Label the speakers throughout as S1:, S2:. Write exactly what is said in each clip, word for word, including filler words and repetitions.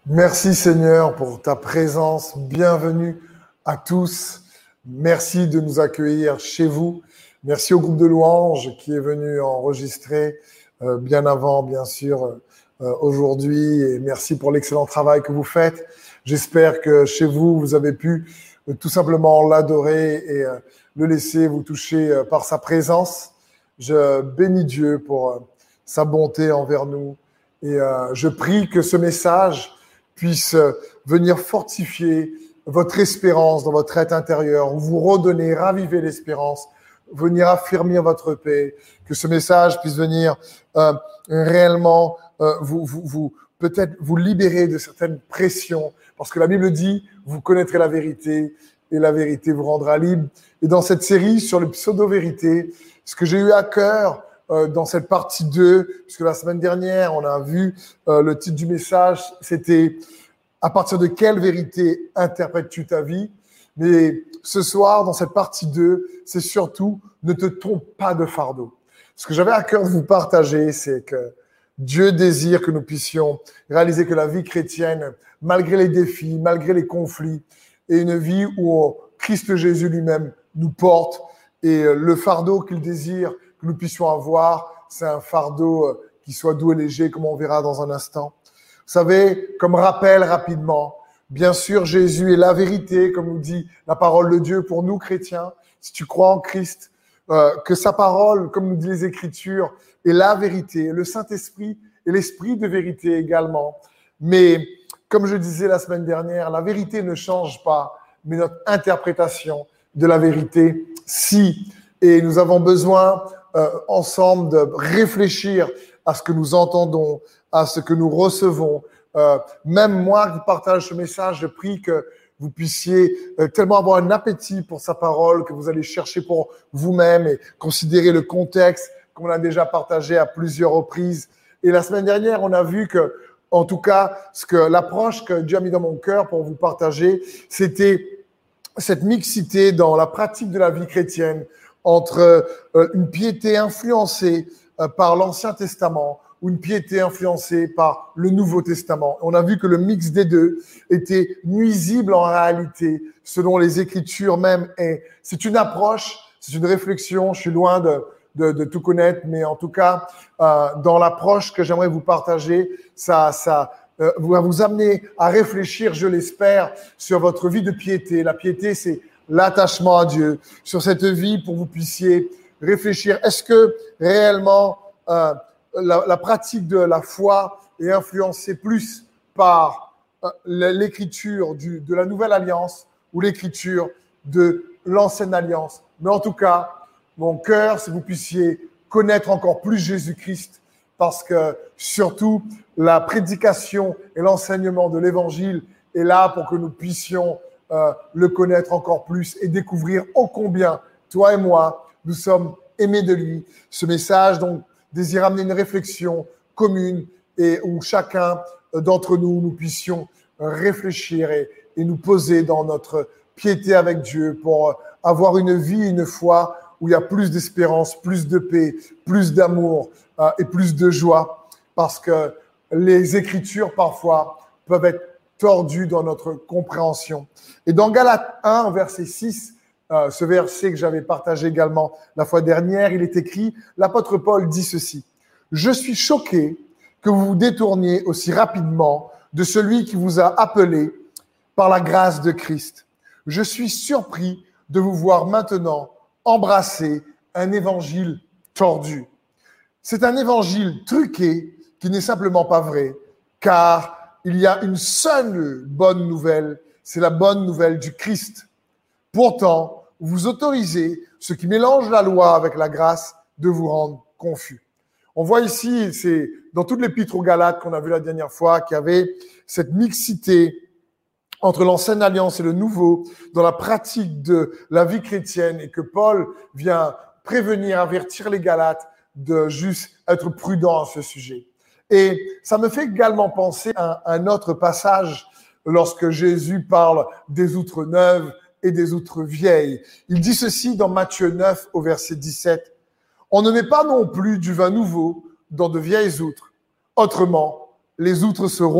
S1: Merci Seigneur pour ta présence. Bienvenue à tous. Merci de nous accueillir chez vous. Merci au groupe de louanges qui est venu enregistrer euh, bien avant, bien sûr, euh, aujourd'hui. Et merci pour l'excellent travail que vous faites. J'espère que chez vous, vous avez pu euh, tout simplement l'adorer et euh, le laisser vous toucher euh, par sa présence. Je bénis Dieu pour euh, sa bonté envers nous. Et euh, je prie que ce message puisse venir fortifier votre espérance dans votre être intérieur, vous redonner, raviver l'espérance, venir affermir votre paix, que ce message puisse venir euh, réellement euh, vous, vous, vous peut-être vous libérer de certaines pressions, parce que la Bible dit, vous connaîtrez la vérité et la vérité vous rendra libre. Et dans cette série sur le pseudo-vérité, ce que j'ai eu à cœur euh, dans cette partie deux, puisque la semaine dernière, on a vu euh, le titre du message, c'était « À partir de quelle vérité interprètes-tu ta vie ?» Mais ce soir, dans cette partie deux, c'est surtout « Ne te trompe pas de fardeau ». Ce que j'avais à cœur de vous partager, c'est que Dieu désire que nous puissions réaliser que la vie chrétienne, malgré les défis, malgré les conflits, est une vie où Christ Jésus lui-même nous porte. Et le fardeau qu'il désire que nous puissions avoir, c'est un fardeau qui soit doux et léger, comme on verra dans un instant. Vous savez, comme rappel rapidement, bien sûr, Jésus est la vérité, comme nous dit la parole de Dieu pour nous chrétiens. Si tu crois en Christ, euh, que sa parole, comme nous dit les Écritures, est la vérité. Le Saint-Esprit est l'Esprit de vérité également. Mais comme je disais la semaine dernière, la vérité ne change pas, mais notre interprétation de la vérité, si. Et nous avons besoin euh, ensemble de réfléchir à ce que nous entendons, à ce que nous recevons. Euh, même moi qui partage ce message, je prie que vous puissiez euh, tellement avoir un appétit pour sa parole, que vous allez chercher pour vous-même et considérer le contexte qu'on a déjà partagé à plusieurs reprises. Et la semaine dernière, on a vu que, en tout cas, ce que l'approche que Dieu a mis dans mon cœur pour vous partager, c'était cette mixité dans la pratique de la vie chrétienne entre euh, une piété influencée euh, par l'Ancien Testament ou une piété influencée par le Nouveau Testament. On a vu que le mix des deux était nuisible en réalité, selon les Écritures même. Et c'est une approche, c'est une réflexion. Je suis loin de, de, de tout connaître, mais en tout cas, euh, dans l'approche que j'aimerais vous partager, ça, ça euh, va vous amener à réfléchir, je l'espère, sur votre vie de piété. La piété, c'est l'attachement à Dieu, sur cette vie pour que vous puissiez réfléchir. Est-ce que réellement euh, la, la pratique de la foi est influencée plus par euh, l'écriture du, de la Nouvelle Alliance ou l'écriture de l'Ancienne Alliance? Mais en tout cas, mon cœur, c'est que vous puissiez connaître encore plus Jésus-Christ, parce que surtout, la prédication et l'enseignement de l'Évangile est là pour que nous puissions euh, le connaître encore plus et découvrir ô combien, toi et moi, nous sommes aimés de lui. Ce message, donc, désire amener une réflexion commune et où chacun d'entre nous, nous puissions réfléchir et, et nous poser dans notre piété avec Dieu pour avoir une vie, une foi où il y a plus d'espérance, plus de paix, plus d'amour euh, et plus de joie, parce que les Écritures, parfois, peuvent être tordues dans notre compréhension. Et dans Galates un, verset six, euh, ce verset que j'avais partagé également la fois dernière, il est écrit, l'apôtre Paul dit ceci: « Je suis choqué que vous vous détourniez aussi rapidement de celui qui vous a appelé par la grâce de Christ. Je suis surpris de vous voir maintenant embrasser un évangile tordu. » C'est un évangile truqué qui n'est simplement pas vrai, car il y a une seule bonne nouvelle, c'est la bonne nouvelle du Christ. Pourtant, vous autorisez ceux qui mélangent la loi avec la grâce de vous rendre confus. On voit ici, c'est dans toute l'épître aux Galates qu'on a vu la dernière fois, qu'il y avait cette mixité entre l'ancienne alliance et le nouveau dans la pratique de la vie chrétienne, et que Paul vient prévenir, avertir les Galates de juste être prudent à ce sujet. Et ça me fait également penser à un autre passage lorsque Jésus parle des outres neuves et des outres vieilles. Il dit ceci dans Matthieu neuf au verset dix-sept. « On ne met pas non plus du vin nouveau dans de vieilles outres. Autrement, les outres se rompent,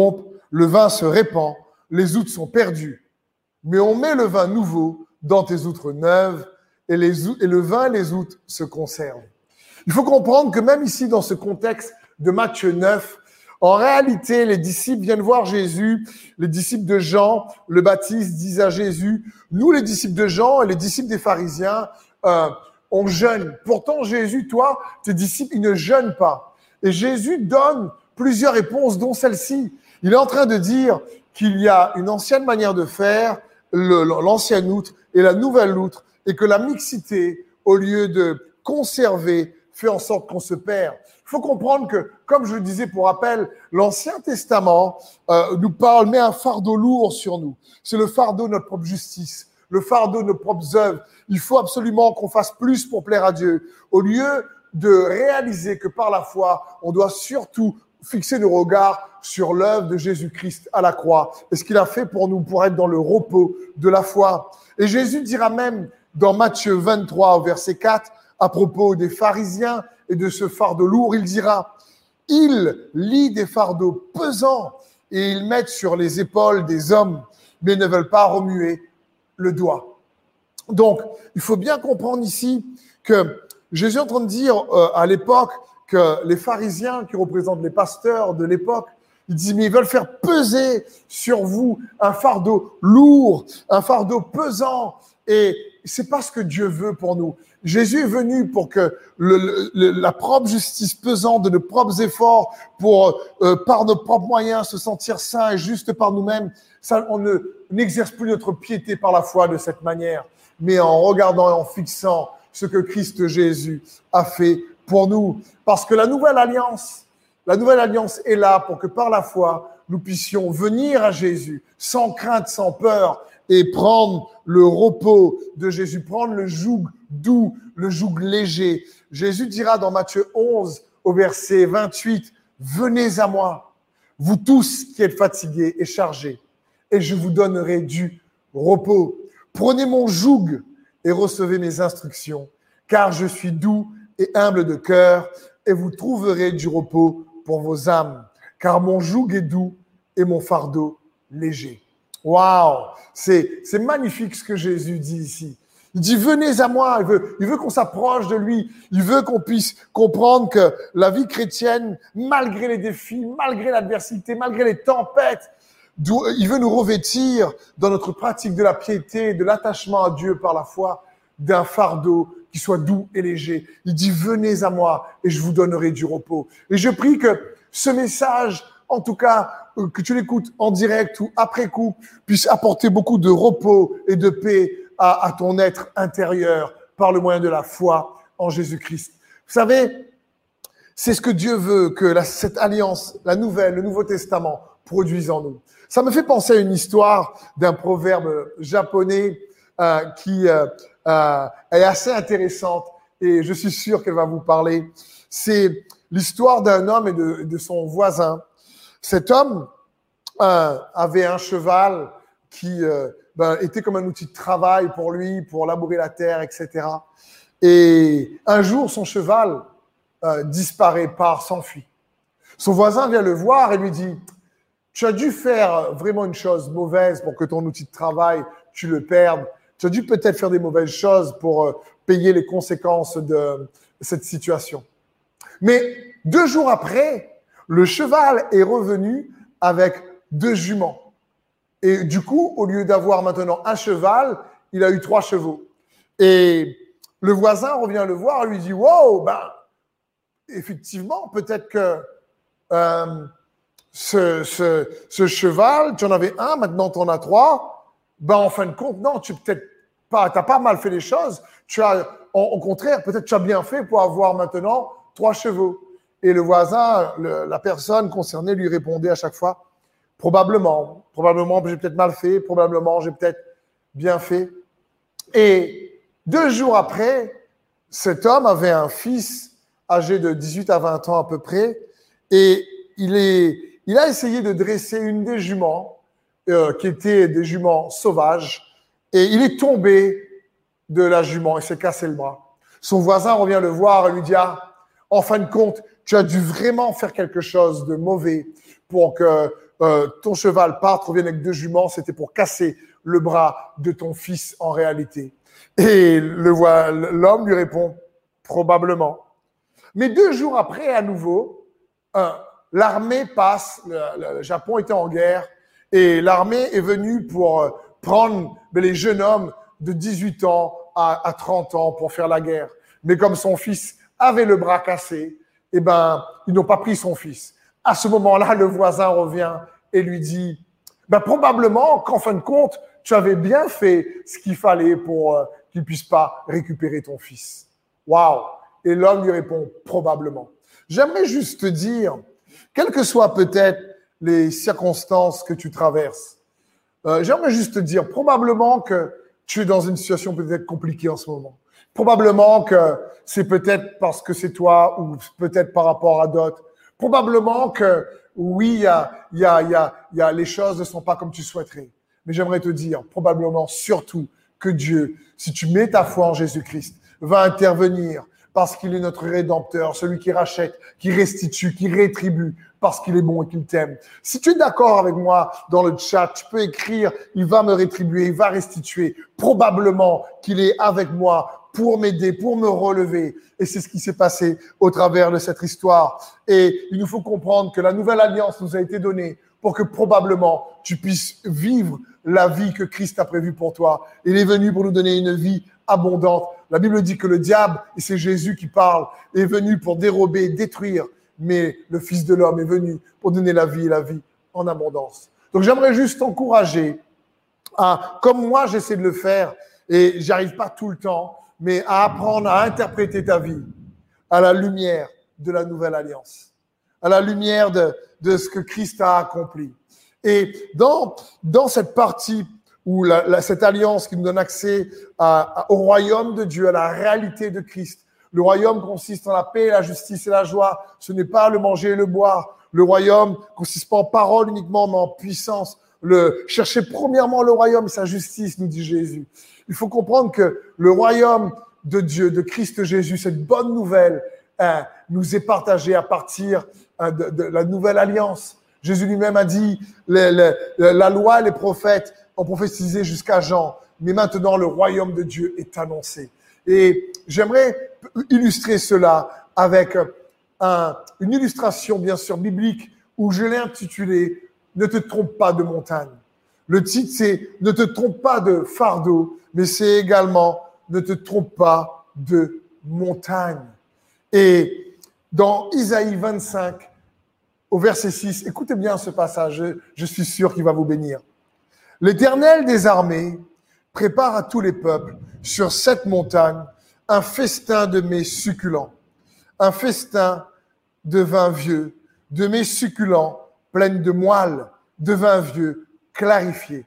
S1: Le vin se répand, les outres sont perdues. Mais on met le vin nouveau dans tes outres neuves et, les, et le vin et les outres se conservent. Il faut comprendre que même ici, dans ce contexte de Matthieu neuf, en réalité, les disciples viennent voir Jésus, les disciples de Jean le Baptiste disent à Jésus, nous les disciples de Jean et les disciples des pharisiens, euh, on jeûne. Pourtant, Jésus, toi, tes disciples, ils ne jeûnent pas. Et Jésus donne plusieurs réponses, dont celle-ci. Il est en train de dire qu'il y a une ancienne manière de faire, le, l'ancienne outre et la nouvelle outre, et que la mixité, au lieu de conserver, fait en sorte qu'on se perd. Il faut comprendre que, comme je le disais pour rappel, l'Ancien Testament euh, nous parle, met un fardeau lourd sur nous. C'est le fardeau de notre propre justice, le fardeau de nos propres œuvres. Il faut absolument qu'on fasse plus pour plaire à Dieu, au lieu de réaliser que par la foi, on doit surtout fixer nos regards sur l'œuvre de Jésus-Christ à la croix et ce qu'il a fait pour nous, pour être dans le repos de la foi. Et Jésus dira même dans Matthieu vingt-trois, au verset quatre, à propos des pharisiens et de ce fardeau lourd, il dira « Ils lient des fardeaux pesants et ils mettent sur les épaules des hommes, mais ne veulent pas remuer le doigt. » Donc, il faut bien comprendre ici que Jésus est en train de dire euh, à l'époque que les pharisiens, qui représentent les pasteurs de l'époque, ils disent, mais ils veulent faire peser sur vous un fardeau lourd, un fardeau pesant. Et c'est pas ce que Dieu veut pour nous. Jésus est venu pour que le, le, la propre justice pesante de nos propres efforts, pour euh, par nos propres moyens se sentir saints et justes par nous-mêmes, ça, on ne n'exerce plus notre piété par la foi de cette manière, mais en regardant et en fixant ce que Christ Jésus a fait pour nous. Parce que la nouvelle alliance, la nouvelle alliance est là pour que par la foi, nous puissions venir à Jésus sans crainte, sans peur, et prendre le repos de Jésus, prendre le joug doux, le joug léger. Jésus dira dans Matthieu onze, au verset vingt-huit, « Venez à moi, vous tous qui êtes fatigués et chargés, et je vous donnerai du repos. Prenez mon joug et recevez mes instructions, car je suis doux et humble de cœur, et vous trouverez du repos pour vos âmes, car mon joug est doux et mon fardeau léger. » Waouh, c'est c'est magnifique ce que Jésus dit ici. Il dit venez à moi. Il veut il veut qu'on s'approche de lui. Il veut qu'on puisse comprendre que la vie chrétienne, malgré les défis, malgré l'adversité, malgré les tempêtes, il veut nous revêtir dans notre pratique de la piété, de l'attachement à Dieu par la foi, d'un fardeau qui soit doux et léger. Il dit venez à moi et je vous donnerai du repos. Et je prie que ce message, en tout cas, que tu l'écoutes en direct ou après coup, puisse apporter beaucoup de repos et de paix à, à ton être intérieur par le moyen de la foi en Jésus-Christ. Vous savez, c'est ce que Dieu veut, que la, cette alliance, la nouvelle, le Nouveau Testament produise en nous. Ça me fait penser à une histoire d'un proverbe japonais euh, qui euh, euh, est assez intéressante et je suis sûr qu'elle va vous parler. C'est l'histoire d'un homme et de, de son voisin. Cet homme euh, avait un cheval qui euh, ben, était comme un outil de travail pour lui, pour labourer la terre, et cetera. Et un jour, son cheval euh, disparaît, part, s'enfuit. Son voisin vient le voir et lui dit « Tu as dû faire vraiment une chose mauvaise pour que ton outil de travail, tu le perdes. Tu as dû peut-être faire des mauvaises choses pour euh, payer les conséquences de cette situation. » Mais deux jours après, le cheval est revenu avec deux juments. Et du coup, au lieu d'avoir maintenant un cheval, il a eu trois chevaux. Et le voisin revient le voir et lui dit « Wow, ben, effectivement, peut-être que euh, ce, ce, ce cheval, tu en avais un, maintenant tu en as trois. Ben, en fin de compte, non, tu peut-être pas, t'as pas mal fait les choses. Tu as, en, au contraire, peut-être tu as bien fait pour avoir maintenant trois chevaux. » Et le voisin, le, la personne concernée lui répondait à chaque fois, probablement, probablement j'ai peut-être mal fait, probablement j'ai peut-être bien fait. Et deux jours après, cet homme avait un fils âgé de dix-huit à vingt ans à peu près, et il, est, il a essayé de dresser une des juments, euh, qui était des juments sauvages, et il est tombé de la jument et s'est cassé le bras. Son voisin revient le voir et lui dit « Ah, en fin de compte, tu as dû vraiment faire quelque chose de mauvais pour que euh, ton cheval parte, revienne avec deux juments, c'était pour casser le bras de ton fils en réalité. Et le voit, l'homme lui répond, probablement. Mais deux jours après, à nouveau, euh, l'armée passe, le, le Japon était en guerre, et l'armée est venue pour euh, prendre les jeunes hommes de dix-huit ans à, à trente ans pour faire la guerre. Mais comme son fils avait le bras cassé, eh ben, ils n'ont pas pris son fils. À ce moment-là, le voisin revient et lui dit, ben, probablement qu'en fin de compte, tu avais bien fait ce qu'il fallait pour euh, qu'il puisse pas récupérer ton fils. Waouh! Et l'homme lui répond, probablement. J'aimerais juste te dire, quelles que soient peut-être les circonstances que tu traverses, euh, j'aimerais juste te dire, probablement que tu es dans une situation peut-être compliquée en ce moment. Probablement que c'est peut-être parce que c'est toi ou peut-être par rapport à d'autres. Probablement que oui, il y a, il y a, il y a, il y a, les choses ne sont pas comme tu souhaiterais. Mais j'aimerais te dire, probablement surtout que Dieu, si tu mets ta foi en Jésus-Christ, va intervenir parce qu'il est notre Rédempteur, celui qui rachète, qui restitue, qui rétribue, parce qu'il est bon et qu'il t'aime. Si tu es d'accord avec moi dans le chat, tu peux écrire, il va me rétribuer, il va restituer. Probablement qu'il est avec moi pour m'aider, pour me relever. Et c'est ce qui s'est passé au travers de cette histoire. Et il nous faut comprendre que la nouvelle alliance nous a été donnée pour que probablement tu puisses vivre la vie que Christ a prévue pour toi. Il est venu pour nous donner une vie abondante. La Bible dit que le diable, et c'est Jésus qui parle, est venu pour dérober, détruire, mais le Fils de l'homme est venu pour donner la vie et la vie en abondance. Donc j'aimerais juste t'encourager à, comme moi j'essaie de le faire, et j'arrive pas tout le temps, mais à apprendre à interpréter ta vie à la lumière de la nouvelle alliance, à la lumière de, de ce que Christ a accompli. Et dans, dans cette partie où la, la, cette alliance qui nous donne accès à, à, au royaume de Dieu, à la réalité de Christ, le royaume consiste en la paix, la justice et la joie. Ce n'est pas le manger et le boire. Le royaume consiste pas en parole uniquement, mais en puissance. Le, cherchez premièrement le royaume et sa justice, nous dit Jésus. Il faut comprendre que le royaume de Dieu, de Christ Jésus, cette bonne nouvelle, hein, nous est partagée à partir hein, de, de la nouvelle alliance. Jésus lui-même a dit, les, les, la loi et les prophètes ont prophétisé jusqu'à Jean, mais maintenant le royaume de Dieu est annoncé. Et j'aimerais illustrer cela avec un, une illustration bien sûr biblique où je l'ai intitulé « Ne te trompe pas de montagne ». Le titre c'est « Ne te trompe pas de fardeau », mais c'est également « Ne te trompe pas de montagne ». Et dans Isaïe vingt-cinq, au verset six, écoutez bien ce passage, je, je suis sûr qu'il va vous bénir. « L'Éternel des armées prépare à tous les peuples sur cette montagne un festin de mets succulents, un festin de vin vieux, de mets succulents pleines de moelle, de vin vieux clarifié.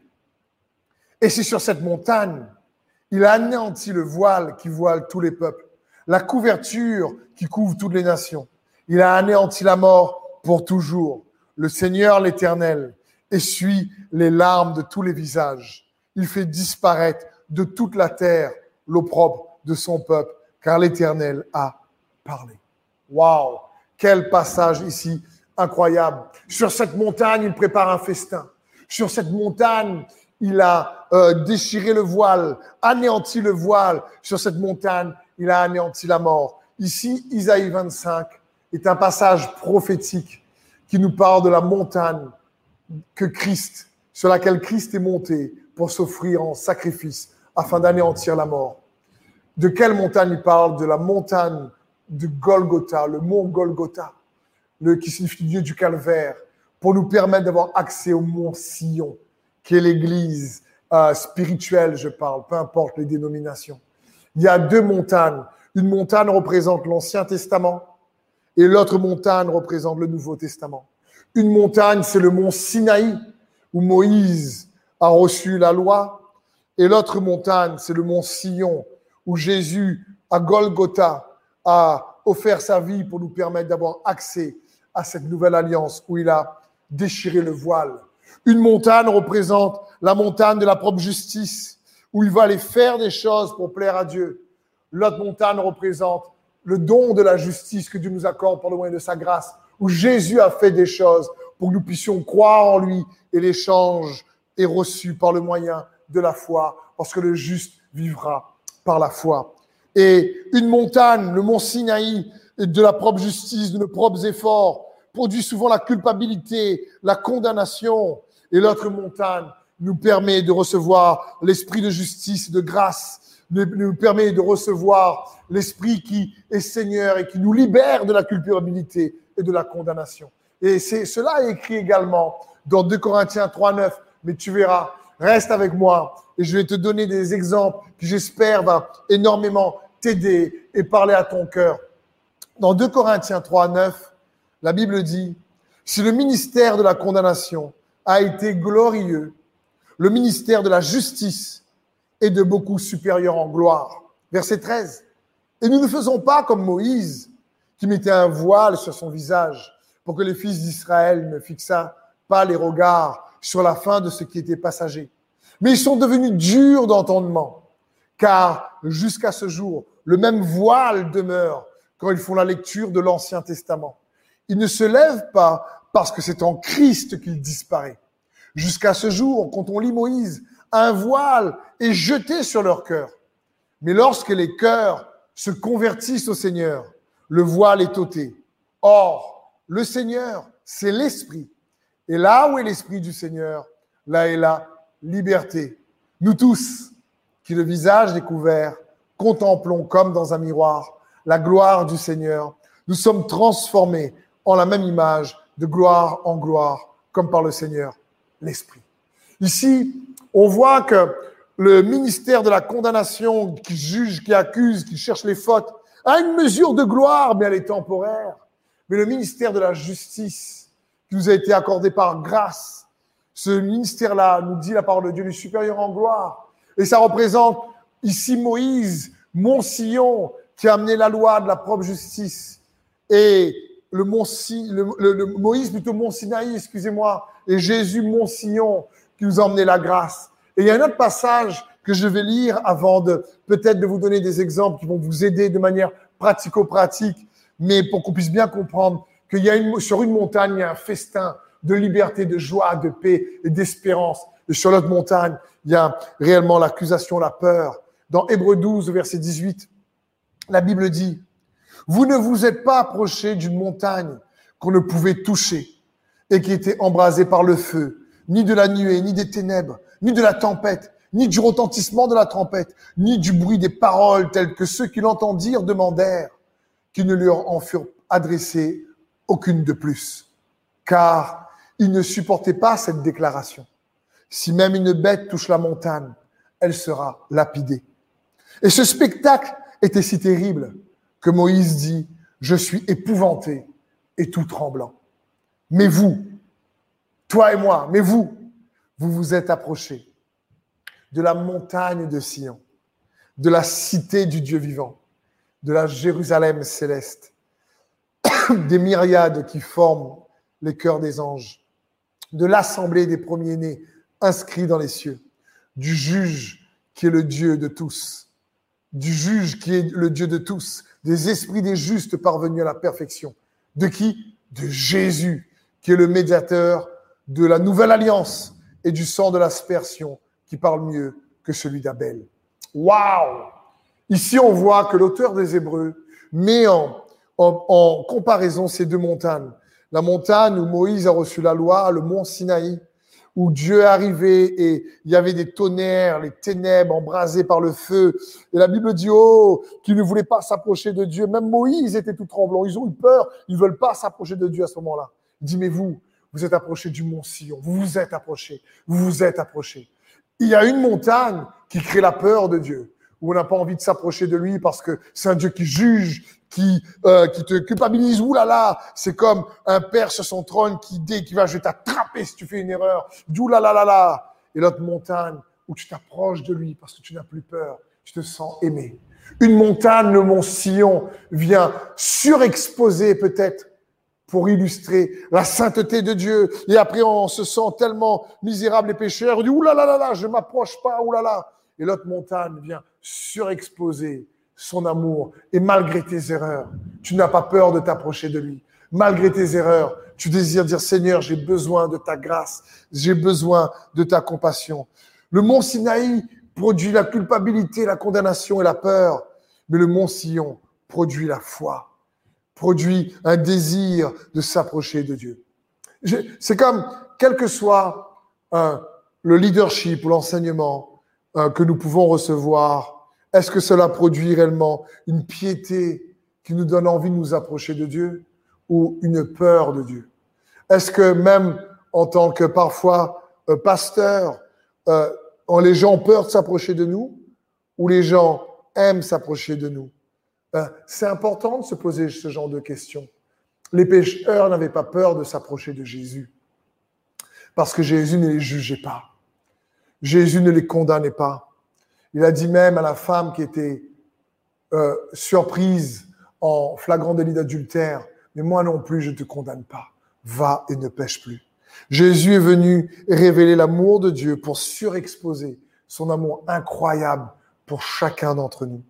S1: Et c'est sur cette montagne, il a anéanti le voile qui voile tous les peuples, la couverture qui couvre toutes les nations. Il a anéanti la mort pour toujours. Le Seigneur l'Éternel essuie les larmes de tous les visages. Il fait disparaître de toute la terre l'opprobre de son peuple, car l'Éternel a parlé. Waouh! Quel passage ici incroyable. Sur cette montagne, il prépare un festin. Sur cette montagne, il a euh, déchiré le voile, anéanti le voile. Sur cette montagne, il a anéanti la mort. Ici, Isaïe vingt-cinq est un passage prophétique qui nous parle de la montagne que Christ, sur laquelle Christ est monté pour s'offrir en sacrifice afin d'anéantir la mort. De quelle montagne il parle? De la montagne de Golgotha, le mont Golgotha, le, qui signifie Dieu du calvaire, pour nous permettre d'avoir accès au mont Sion, qui est l'église euh, spirituelle, je parle, peu importe les dénominations. Il y a deux montagnes. Une montagne représente l'Ancien Testament et l'autre montagne représente le Nouveau Testament. Une montagne, c'est le mont Sinaï, où Moïse a reçu la loi. Et l'autre montagne, c'est le mont Sion, où Jésus, à Golgotha, a offert sa vie pour nous permettre d'avoir accès à cette nouvelle alliance, où il a déchiré le voile. Une montagne représente la montagne de la propre justice, où il va aller faire des choses pour plaire à Dieu. L'autre montagne représente le don de la justice que Dieu nous accorde par le moyen de sa grâce, où Jésus a fait des choses pour que nous puissions croire en lui. Et l'échange est reçu par le moyen de la foi, parce que le juste vivra par la foi. Et une montagne, le mont Sinaï, de la propre justice, de nos propres efforts, produit souvent la culpabilité, la condamnation. Et l'autre montagne nous permet de recevoir l'esprit de justice, de grâce, nous permet de recevoir l'esprit qui est Seigneur et qui nous libère de la culpabilité et de la condamnation. Et c'est, cela est écrit également dans deux Corinthiens trois, neuf. Mais tu verras, reste avec moi et je vais te donner des exemples qui, j'espère, vont énormément t'aider et parler à ton cœur. Dans deux Corinthiens trois, neuf, la Bible dit « Si le ministère de la condamnation a été glorieux, le ministère de la justice est de beaucoup supérieur en gloire. » Verset treize. « Et nous ne faisons pas comme Moïse, qui mettait un voile sur son visage, pour que les fils d'Israël ne fixassent pas les regards sur la fin de ce qui était passager. Mais ils sont devenus durs d'entendement, car jusqu'à ce jour, le même voile demeure quand ils font la lecture de l'Ancien Testament. Ils ne se lèvent pas parce que c'est en Christ qu'il disparaît. Jusqu'à ce jour, quand on lit Moïse, un voile est jeté sur leur cœur. Mais lorsque les cœurs se convertissent au Seigneur, le voile est ôté. Or, le Seigneur, c'est l'Esprit. Et là où est l'Esprit du Seigneur, là est la liberté. Nous tous, qui le visage découvert, contemplons comme dans un miroir la gloire du Seigneur, nous sommes transformés en la même image, de gloire en gloire, comme par le Seigneur, l'Esprit. Ici, on voit que le ministère de la condamnation qui juge, qui accuse, qui cherche les fautes, a une mesure de gloire, mais elle est temporaire. Mais le ministère de la justice, qui nous a été accordé par grâce, ce ministère-là, nous dit la parole de Dieu, est supérieur en gloire. Et ça représente ici Moïse, Mont Sion, qui a amené la loi de la propre justice. Et le, Mont si, le, le, le Moïse, plutôt Mont Sinaï, excusez-moi, et Jésus, Mont Sion, qui nous a emmené la grâce. Et il y a un autre passage que je vais lire avant de peut-être de vous donner des exemples qui vont vous aider de manière pratico-pratique, mais pour qu'on puisse bien comprendre qu'il y a une, sur une montagne, il y a un festin de liberté, de joie, de paix et d'espérance. Et sur l'autre montagne, il y a réellement l'accusation, la peur. Dans Hébreux douze, verset dix-huit, la Bible dit « Vous ne vous êtes pas approchés d'une montagne qu'on ne pouvait toucher et qui était embrasée par le feu, ni de la nuée, ni des ténèbres, ni de la tempête, ni du retentissement de la trompette, ni du bruit des paroles telles que ceux qui l'entendirent demandèrent, qui ne leur en furent adressées aucune de plus. Car ils ne supportaient pas cette déclaration. Si même une bête touche la montagne, elle sera lapidée. » Et ce spectacle était si terrible que Moïse dit « Je suis épouvanté et tout tremblant. » Mais vous, toi et moi, mais vous, vous vous êtes approchés de la montagne de Sion, de la cité du Dieu vivant, de la Jérusalem céleste, des myriades qui forment les cœurs des anges, de l'assemblée des premiers-nés inscrits dans les cieux, du juge qui est le Dieu de tous, du juge qui est le Dieu de tous, des esprits des justes parvenus à la perfection. De qui? De Jésus, qui est le médiateur de la nouvelle alliance et du sang de l'aspersion qui parle mieux que celui d'Abel. Waouh! Ici, on voit que l'auteur des Hébreux met en, en, en comparaison ces deux montagnes. La montagne où Moïse a reçu la loi, le mont Sinaï, où Dieu est arrivé et il y avait des tonnerres, les ténèbres embrasées par le feu. Et la Bible dit, oh, qu'ils ne voulaient pas s'approcher de Dieu. Même Moïse était tout tremblant. Ils ont eu peur. Ils ne veulent pas s'approcher de Dieu à ce moment-là. Il dit, mais vous, vous êtes approchés du mont Sion. Vous vous êtes approchés. Vous vous êtes approchés. Il y a une montagne qui crée la peur de Dieu, où on n'a pas envie de s'approcher de lui parce que c'est un Dieu qui juge, qui euh, qui te culpabilise. Ouh là là, c'est comme un père sur son trône qui dit qui va, je vais t'attraper si tu fais une erreur. Ouh là là là là. Et l'autre montagne où tu t'approches de lui parce que tu n'as plus peur, tu te sens aimé. Une montagne, le mont Sion, vient surexposer peut-être pour illustrer la sainteté de Dieu. Et après, on se sent tellement misérable et pécheur. On dit, ouh là là là là, je m'approche pas, ouh là là. Et l'autre montagne vient surexposer son amour. Et malgré tes erreurs, tu n'as pas peur de t'approcher de lui. Malgré tes erreurs, tu désires dire, Seigneur, j'ai besoin de ta grâce, j'ai besoin de ta compassion. Le mont Sinaï produit la culpabilité, la condamnation et la peur, mais le mont Sion produit la foi, produit un désir de s'approcher de Dieu. C'est comme, quel que soit euh, le leadership ou l'enseignement euh, que nous pouvons recevoir, est-ce que cela produit réellement une piété qui nous donne envie de nous approcher de Dieu ou une peur de Dieu? Est-ce que même en tant que parfois euh, pasteur, euh, les gens ont peur de s'approcher de nous ou les gens aiment s'approcher de nous? euh, C'est important de se poser ce genre de questions. Les pécheurs n'avaient pas peur de s'approcher de Jésus parce que Jésus ne les jugeait pas. Jésus ne les condamnait pas. Il a dit même à la femme qui était euh, surprise en flagrant délit d'adultère, mais moi non plus, je ne te condamne pas. Va et ne pêche plus. Jésus est venu révéler l'amour de Dieu pour surexposer son amour incroyable pour chacun d'entre nous.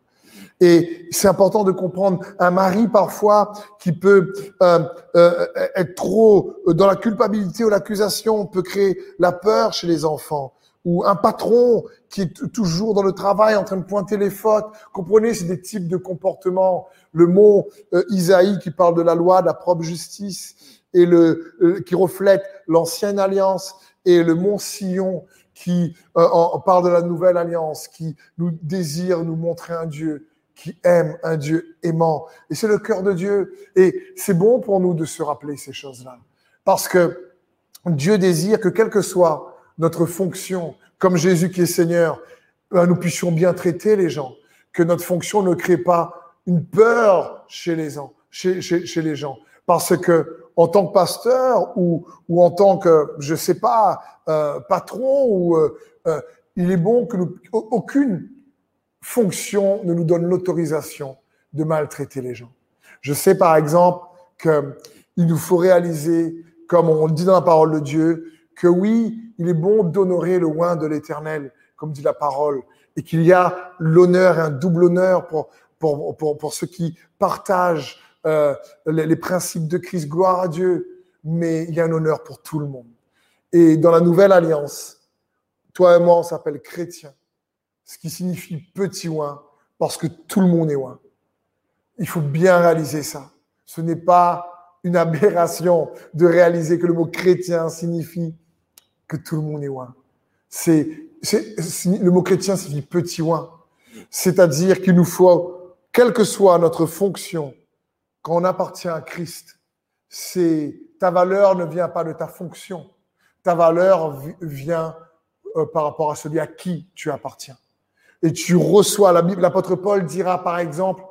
S1: Et c'est important de comprendre un mari parfois qui peut euh, euh, être trop dans la culpabilité ou l'accusation, peut créer la peur chez les enfants. Ou un patron qui est toujours dans le travail en train de pointer les fautes. Comprenez, c'est des types de comportements. Le mot euh, Isaïe qui parle de la loi, de la propre justice, et le euh, qui reflète l'ancienne alliance, et le mont Sion qui euh, en, parle de la nouvelle alliance, qui nous désire nous montrer un Dieu qui aime, un Dieu aimant. Et c'est le cœur de Dieu. Et c'est bon pour nous de se rappeler ces choses-là. Parce que Dieu désire que quelle que soit notre fonction, comme Jésus qui est Seigneur, nous puissions bien traiter les gens, que notre fonction ne crée pas une peur chez les gens, chez, chez, chez les gens. Parce que en tant que pasteur ou, ou en tant que, je sais pas, euh, patron, ou euh, euh, il est bon que nous, aucune fonction ne nous donne l'autorisation de maltraiter les gens. Je sais par exemple qu'il nous faut réaliser, comme on le dit dans la parole de Dieu, que oui, il est bon d'honorer le oint de l'Éternel, comme dit la parole, et qu'il y a l'honneur, un double honneur pour, pour, pour, pour ceux qui partagent euh, les, les principes de Christ, gloire à Dieu, mais il y a un honneur pour tout le monde. Et dans la Nouvelle Alliance, toi et moi, on s'appelle chrétiens, ce qui signifie petit oint, parce que tout le monde est oint. Il faut bien réaliser ça. Ce n'est pas une aberration de réaliser que le mot chrétien signifie que tout le monde est oint. C'est, c'est, c'est, le mot chrétien signifie petit oint. C'est-à-dire qu'il nous faut, quelle que soit notre fonction, quand on appartient à Christ, c'est, ta valeur ne vient pas de ta fonction. Ta valeur vient euh, par rapport à celui à qui tu appartiens. Et tu reçois, la Bible, l'apôtre Paul dira par exemple,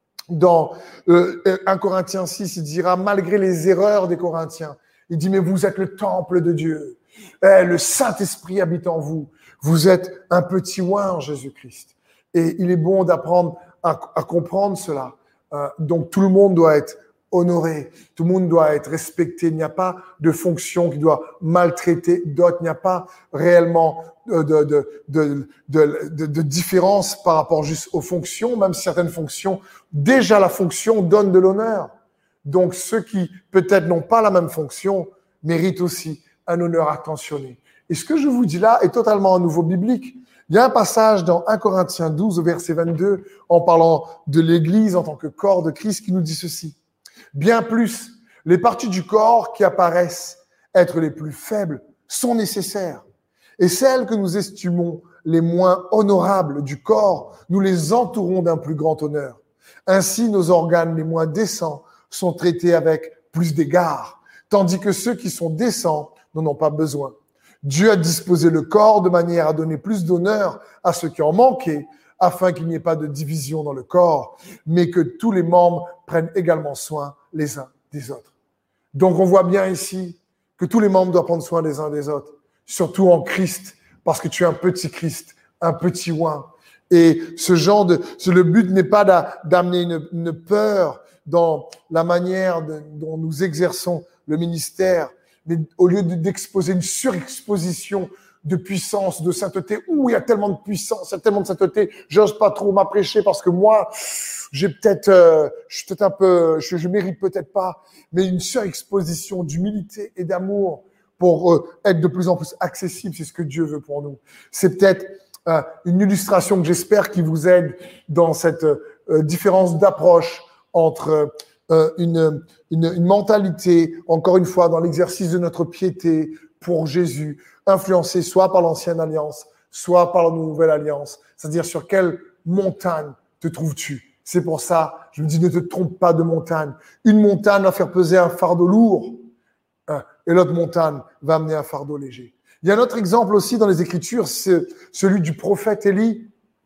S1: dans euh, un Corinthiens six, il dira, malgré les erreurs des Corinthiens, il dit, mais vous êtes le temple de Dieu. Eh, le Saint-Esprit habite en vous. Vous êtes un petit oint en Jésus-Christ. Et il est bon d'apprendre à, à comprendre cela. Euh, donc, tout le monde doit être honoré. Tout le monde doit être respecté. Il n'y a pas de fonction qui doit maltraiter d'autres. Il n'y a pas réellement de, de, de, de, de, de, de différence par rapport juste aux fonctions, même si certaines fonctions, déjà la fonction donne de l'honneur. Donc, ceux qui peut-être n'ont pas la même fonction méritent aussi un honneur attentionné. Et ce que je vous dis là est totalement à nouveau biblique. Il y a un passage dans un Corinthiens douze, au verset vingt-deux, en parlant de l'Église en tant que corps de Christ, qui nous dit ceci. Bien plus, les parties du corps qui apparaissent être les plus faibles sont nécessaires. Et celles que nous estimons les moins honorables du corps, nous les entourons d'un plus grand honneur. Ainsi, nos organes les moins décents sont traités avec plus d'égard, tandis que ceux qui sont décents n'en ont pas besoin. Dieu a disposé le corps de manière à donner plus d'honneur à ceux qui en manquaient, afin qu'il n'y ait pas de division dans le corps, mais que tous les membres prennent également soin les uns des autres. Donc on voit bien ici que tous les membres doivent prendre soin les uns des autres, surtout en Christ, parce que tu es un petit Christ, un petit oint. Et ce genre de, le but n'est pas d'amener une, une peur dans la manière de, dont nous exerçons le ministère, mais au lieu d'exposer une surexposition de puissance, de sainteté. Ouh, il y a tellement de puissance, il y a tellement de sainteté. J'ose pas trop m'apprêcher parce que moi, j'ai peut-être, euh, je suis peut-être un peu, je, je mérite peut-être pas, mais une surexposition d'humilité et d'amour pour euh, être de plus en plus accessible, c'est ce que Dieu veut pour nous. C'est peut-être euh, une illustration que j'espère qui vous aide dans cette euh, différence d'approche entre euh, une, une, une mentalité, encore une fois, dans l'exercice de notre piété pour Jésus, influencée soit par l'ancienne alliance, soit par la nouvelle alliance. C'est-à-dire sur quelle montagne te trouves-tu? C'est pour ça, je me dis, ne te trompe pas de montagne. Une montagne va faire peser un fardeau lourd hein, et l'autre montagne va amener un fardeau léger. Il y a un autre exemple aussi dans les Écritures, c'est celui du prophète Élie.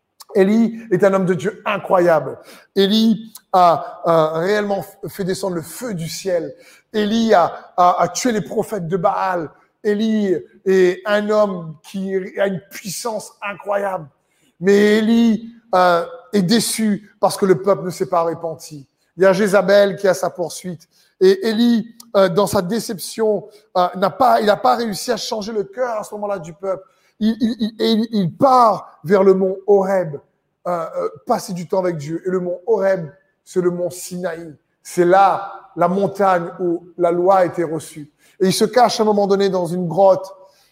S1: Élie est un homme de Dieu incroyable. Élie a, a réellement fait descendre le feu du ciel. Élie a, a, a tué les prophètes de Baal. Élie est un homme qui a une puissance incroyable. Mais Élie euh, est déçu parce que le peuple ne s'est pas repenti. Il y a Jézabel qui a sa poursuite. Et Élie, euh, dans sa déception, euh, n'a pas, il n'a pas réussi à changer le cœur à ce moment-là du peuple. Il, il, il, il part vers le mont Horeb, euh, euh, passer du temps avec Dieu. Et le mont Horeb, c'est le mont Sinaï. C'est là la montagne où la loi a été reçue. Et il se cache à un moment donné dans une grotte.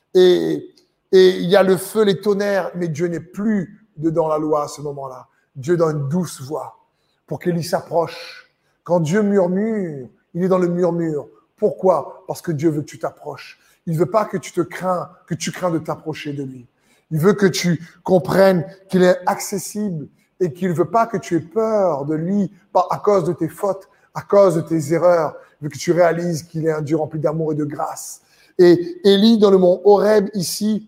S1: Et, et il y a le feu, les tonnerres, mais Dieu n'est plus dedans la loi à ce moment-là. Dieu dans une douce voix pour qu'Élie s'approche. Quand Dieu murmure, il est dans le murmure. Pourquoi? Parce que Dieu veut que tu t'approches. Il veut pas que tu te crains, que tu crains de t'approcher de lui. Il veut que tu comprennes qu'il est accessible et qu'il veut pas que tu aies peur de lui à cause de tes fautes, à cause de tes erreurs. Il veut que tu réalises qu'il est un Dieu rempli d'amour et de grâce. Et Élie, dans le mont Horeb, ici,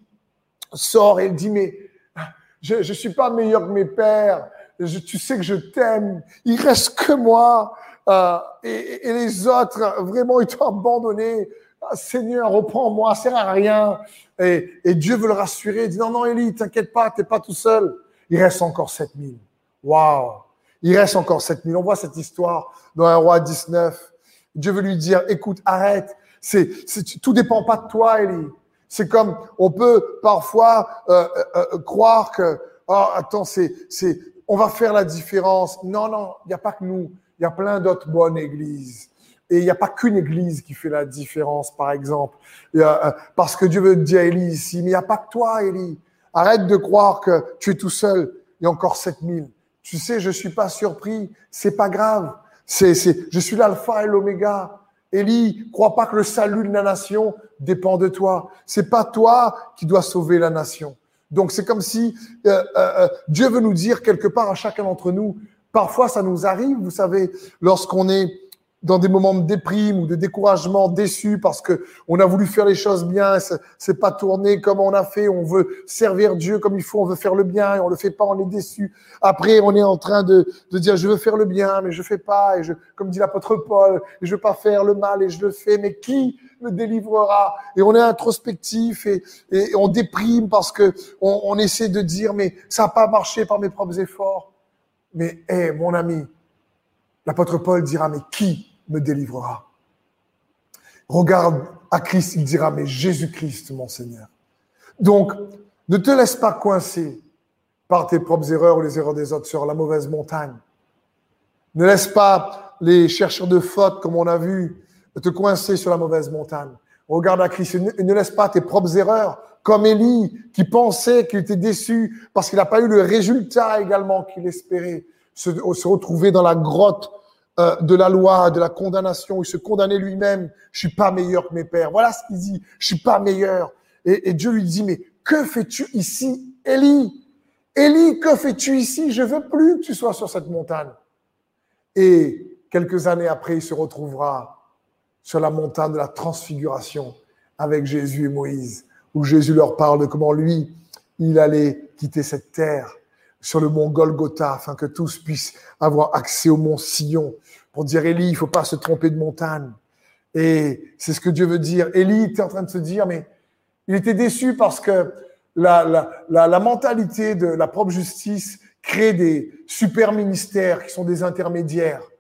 S1: sort et il dit, mais je, je suis pas meilleur que mes pères. Je, tu sais que je t'aime. Il reste que moi. Euh, et, et les autres, vraiment, ils t'ont abandonné. Ah, Seigneur, reprends-moi, ça sert à rien. Et, et Dieu veut le rassurer. Il dit, non, non, Élie, t'inquiète pas, t'es pas tout seul. Il reste encore sept mille. Waouh! Il reste encore sept mille. On voit cette histoire dans un roi dix-neuf. Dieu veut lui dire, écoute, arrête. C'est, c'est, tout dépend pas de toi, Élie. C'est comme, on peut parfois euh, euh, croire que, oh, attends, c'est, c'est, on va faire la différence. Non, non, il n'y a pas que nous. Il y a plein d'autres bonnes églises. Et il n'y a pas qu'une église qui fait la différence, par exemple. Et, euh, parce que Dieu veut te dire, Élie, ici, mais il n'y a pas que toi, Élie. Arrête de croire que tu es tout seul. Il y a encore sept mille. Tu sais, je suis pas surpris. C'est pas grave. C'est, c'est, je suis l'alpha et l'oméga. Élie, crois pas que le salut de la nation dépend de toi. C'est pas toi qui dois sauver la nation. Donc, c'est comme si euh, euh, Dieu veut nous dire quelque part à chacun d'entre nous, parfois ça nous arrive, vous savez, lorsqu'on est dans des moments de déprime ou de découragement, déçu parce que on a voulu faire les choses bien, c'est, c'est pas tourné comme on a fait, on veut servir Dieu comme il faut, on veut faire le bien et on le fait pas, on est déçu. Après, on est en train de, de dire je veux faire le bien, mais je fais pas, et je, comme dit l'apôtre Paul, et je veux pas faire le mal et je le fais, mais qui me délivrera? Et on est introspectif et, et on déprime parce que on, on essaie de dire mais ça n'a pas marché par mes propres efforts. Mais hé, hey, mon ami, l'apôtre Paul dira mais qui me délivrera? Regarde à Christ, il dira, mais Jésus-Christ, mon Seigneur. Donc, ne te laisse pas coincer par tes propres erreurs ou les erreurs des autres sur la mauvaise montagne. Ne laisse pas les chercheurs de fautes, comme on a vu, te coincer sur la mauvaise montagne. Regarde à Christ et ne, ne laisse pas tes propres erreurs, comme Élie, qui pensait qu'il était déçu parce qu'il n'a pas eu le résultat également qu'il espérait, se, se retrouver dans la grotte Euh, de la loi, de la condamnation, il se condamnait lui-même. Je suis pas meilleur que mes pères. Voilà ce qu'il dit. Je suis pas meilleur. Et, et Dieu lui dit, mais que fais-tu ici, Élie? Élie, que fais-tu ici? Je veux plus que tu sois sur cette montagne. Et quelques années après, il se retrouvera sur la montagne de la transfiguration avec Jésus et Moïse, où Jésus leur parle de comment lui, il allait quitter cette terre sur le mont Golgotha, afin que tous puissent avoir accès au mont Sion, pour dire, Élie, il faut pas se tromper de montagne. Et c'est ce que Dieu veut dire. Élie était en train de se dire, mais il était déçu parce que la, la, la, la mentalité de la propre justice crée des super ministères qui sont des intermédiaires.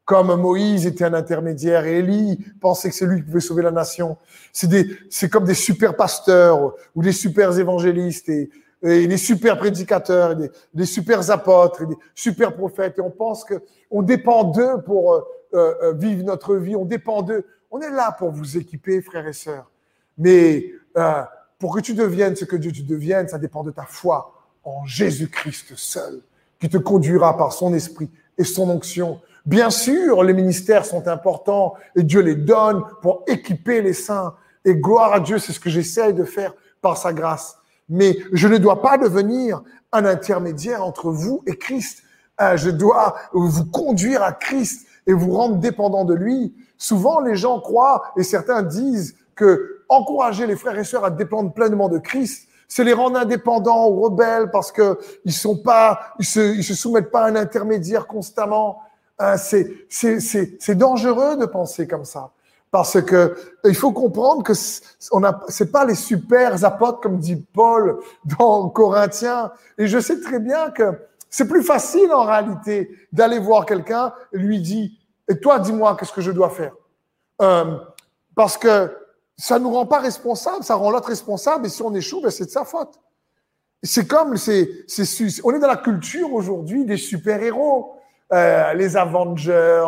S1: Comme Moïse était un intermédiaire et Élie pensait que c'est lui qui pouvait sauver la nation. C'est des, c'est comme des super pasteurs ou des super évangélistes et, et des super prédicateurs, et des, des super apôtres, et des super prophètes. Et on pense que on dépend d'eux pour euh, euh, vivre notre vie. On dépend d'eux. On est là pour vous équiper, frères et sœurs. Mais euh, pour que tu deviennes ce que Dieu tu deviennes, ça dépend de ta foi en Jésus-Christ seul, qui te conduira par son esprit et son onction. Bien sûr, les ministères sont importants et Dieu les donne pour équiper les saints. Et gloire à Dieu, c'est ce que j'essaye de faire par sa grâce. Mais je ne dois pas devenir un intermédiaire entre vous et Christ. Euh, je dois vous conduire à Christ et vous rendre dépendant de lui. Souvent, les gens croient et certains disent que encourager les frères et sœurs à dépendre pleinement de Christ, c'est les rendre indépendants ou rebelles parce que ils sont pas, ils se, ils se soumettent pas à un intermédiaire constamment. Euh, c'est, c'est, c'est, c'est dangereux de penser comme ça. Parce que il faut comprendre que on a, c'est pas les super apôtres comme dit Paul dans Corinthiens. Et je sais très bien que c'est plus facile en réalité d'aller voir quelqu'un et lui dire « Et toi, dis-moi, qu'est-ce que je dois faire ?» euh, Parce que ça nous rend pas responsables, ça rend l'autre responsable. Et si on échoue, ben c'est de sa faute. C'est comme, c'est, c'est, on est dans la culture aujourd'hui des super-héros. Euh, les Avengers,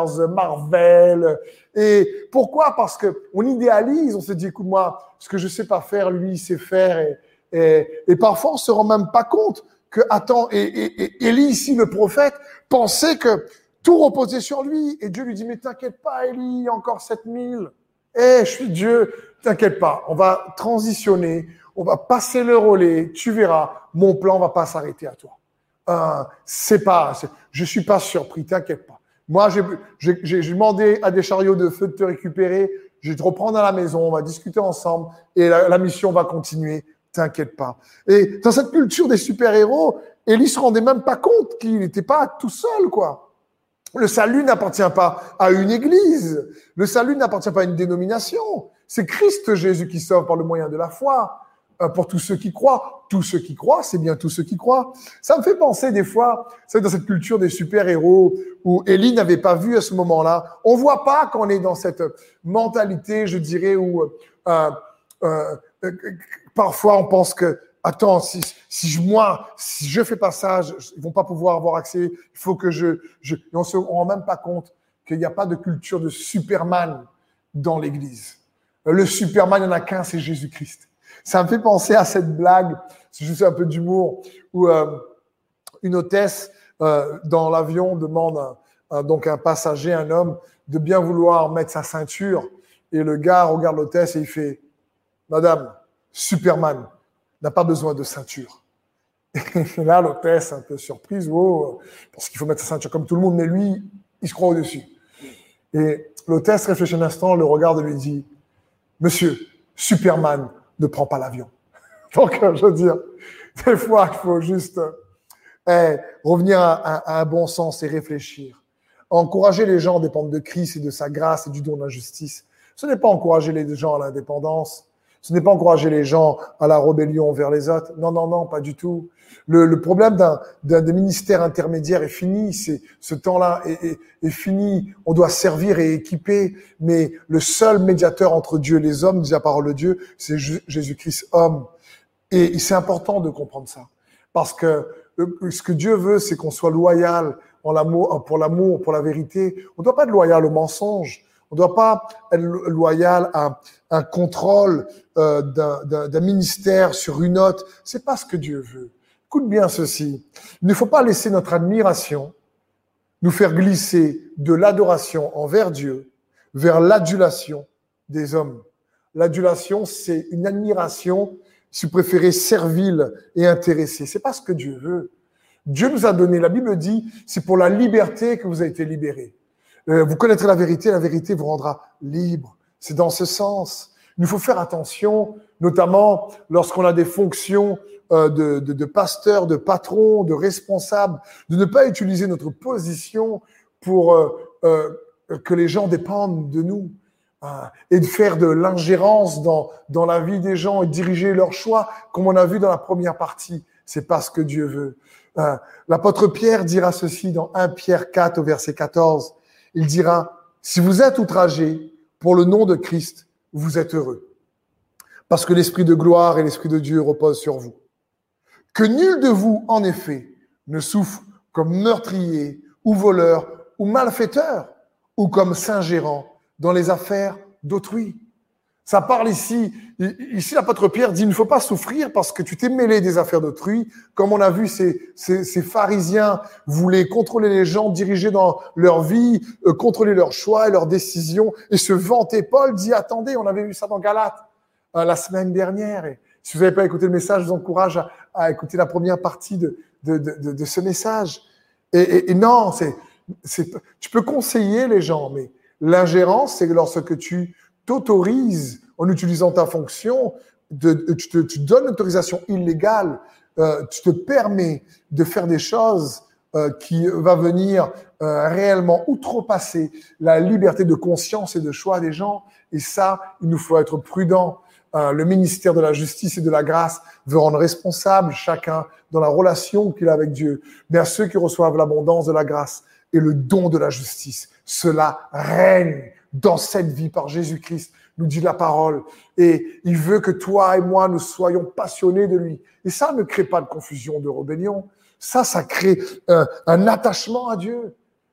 S1: Marvel. Et pourquoi? Parce que on idéalise, on se dit, écoute-moi, ce que je sais pas faire, lui, il sait faire. Et, et, et parfois, on se rend même pas compte que, attends, et, et, et Élie, ici, le prophète, pensait que tout reposait sur lui. Et Dieu lui dit, mais t'inquiète pas, Élie, il y a encore sept mille. Eh, je suis Dieu, t'inquiète pas, on va transitionner, on va passer le relais, tu verras, mon plan va pas s'arrêter à toi. Euh, c'est pas, c'est, je suis pas surpris, t'inquiète pas. Moi, j'ai, j'ai, j'ai demandé à des chariots de feu de te récupérer, je vais te reprendre à la maison, on va discuter ensemble et la, la mission va continuer, t'inquiète pas. Et dans cette culture des super-héros, Élie se rendait même pas compte qu'il n'était pas tout seul, quoi. Le salut n'appartient pas à une église, le salut n'appartient pas à une dénomination. C'est Christ Jésus qui sauve par le moyen de la foi. Pour tous ceux qui croient. Tous ceux qui croient, c'est bien tous ceux qui croient. Ça me fait penser des fois, c'est dans cette culture des super-héros où Élie n'avait pas vu à ce moment-là. On voit pas qu'on est dans cette mentalité, je dirais, où euh, euh, euh, parfois on pense que attends, si, si je, moi, si je fais pas ça, je, ils vont pas pouvoir avoir accès. Il faut que je, je et on se on rend même pas compte qu'il n'y a pas de culture de Superman dans l'Église. Le Superman, il n'y en a qu'un, c'est Jésus-Christ. Ça me fait penser à cette blague, c'est juste un peu d'humour, où euh, une hôtesse euh, dans l'avion demande un, un, donc un passager, un homme, de bien vouloir mettre sa ceinture. Et le gars regarde l'hôtesse et il fait « Madame, Superman n'a pas besoin de ceinture. » Et là, l'hôtesse, un peu surprise, oh, parce qu'il faut mettre sa ceinture comme tout le monde, mais lui, il se croit au-dessus. Et l'hôtesse réfléchit un instant, le regarde et lui dit « Monsieur, Superman ne prend pas l'avion. » Donc, je veux dire, des fois, il faut juste eh, revenir à, à, à un bon sens et réfléchir. Encourager les gens à dépendre de Christ et de sa grâce et du don de la justice. Ce n'est pas encourager les gens à l'indépendance. Ce n'est pas encourager les gens à la rébellion vers les autres. Non, non, non, pas du tout. Le, le problème d'un, d'un, d'un ministère intermédiaire est fini. C'est, ce temps-là est, est, est fini. On doit servir et équiper. Mais le seul médiateur entre Dieu et les hommes, dit la parole de Dieu, c'est Jésus-Christ homme. Et, et c'est important de comprendre ça. Parce que ce que Dieu veut, c'est qu'on soit loyal en l'amour, pour l'amour, pour la vérité. On ne doit pas être loyal au mensonge. On ne doit pas être loyal à un contrôle euh, d'un, d'un, d'un ministère sur une autre. C'est pas ce que Dieu veut. Écoute bien ceci. Il ne faut pas laisser notre admiration nous faire glisser de l'adoration envers Dieu vers l'adulation des hommes. L'adulation, c'est une admiration, si vous préférez, servile et intéressée. C'est pas ce que Dieu veut. Dieu nous a donné, la Bible dit, c'est pour la liberté que vous avez été libérés. Euh, vous connaîtrez la vérité, la vérité vous rendra libre. C'est dans ce sens. Il nous faut faire attention, notamment lorsqu'on a des fonctions euh, de, de, de pasteur, de patron, de responsable, de ne pas utiliser notre position pour euh, euh, que les gens dépendent de nous euh, et de faire de l'ingérence dans, dans la vie des gens et diriger leurs choix, comme on a vu dans la première partie. C'est pas ce que Dieu veut. Euh, l'apôtre Pierre dira ceci dans premier Pierre quatre au verset quatorze. Il dira, si vous êtes outragés pour le nom de Christ, vous êtes heureux, parce que l'Esprit de gloire et l'Esprit de Dieu reposent sur vous. Que nul de vous, en effet, ne souffre comme meurtrier ou voleur ou malfaiteur ou comme s'ingérant dans les affaires d'autrui. Ça parle ici, ici l'apôtre Pierre dit, il ne faut pas souffrir parce que tu t'es mêlé des affaires d'autrui. Comme on a vu, ces, ces, ces pharisiens voulaient contrôler les gens, diriger dans leur vie, euh, contrôler leurs choix et leurs décisions et se vanter. Paul dit, attendez, on avait vu ça dans Galates euh, la semaine dernière. Et si vous n'avez pas écouté le message, je vous encourage à, à écouter la première partie de, de, de, de, de ce message. Et, et, et non, c'est, c'est, tu peux conseiller les gens, mais l'ingérence, c'est lorsque tu t'autorises, en utilisant ta fonction, de, tu te tu donnes l'autorisation illégale, euh, tu te permets de faire des choses euh, qui va venir euh, réellement outrepasser la liberté de conscience et de choix des gens. Et ça, il nous faut être prudent. Euh, le ministère de la justice et de la grâce veut rendre responsable chacun dans la relation qu'il a avec Dieu. Mais à ceux qui reçoivent l'abondance de la grâce et le don de la justice, cela règne dans cette vie par Jésus-Christ, nous dit la parole. Et il veut que toi et moi, nous soyons passionnés de lui. Et ça ne crée pas de confusion, de rébellion. Ça, ça crée euh, un attachement à Dieu.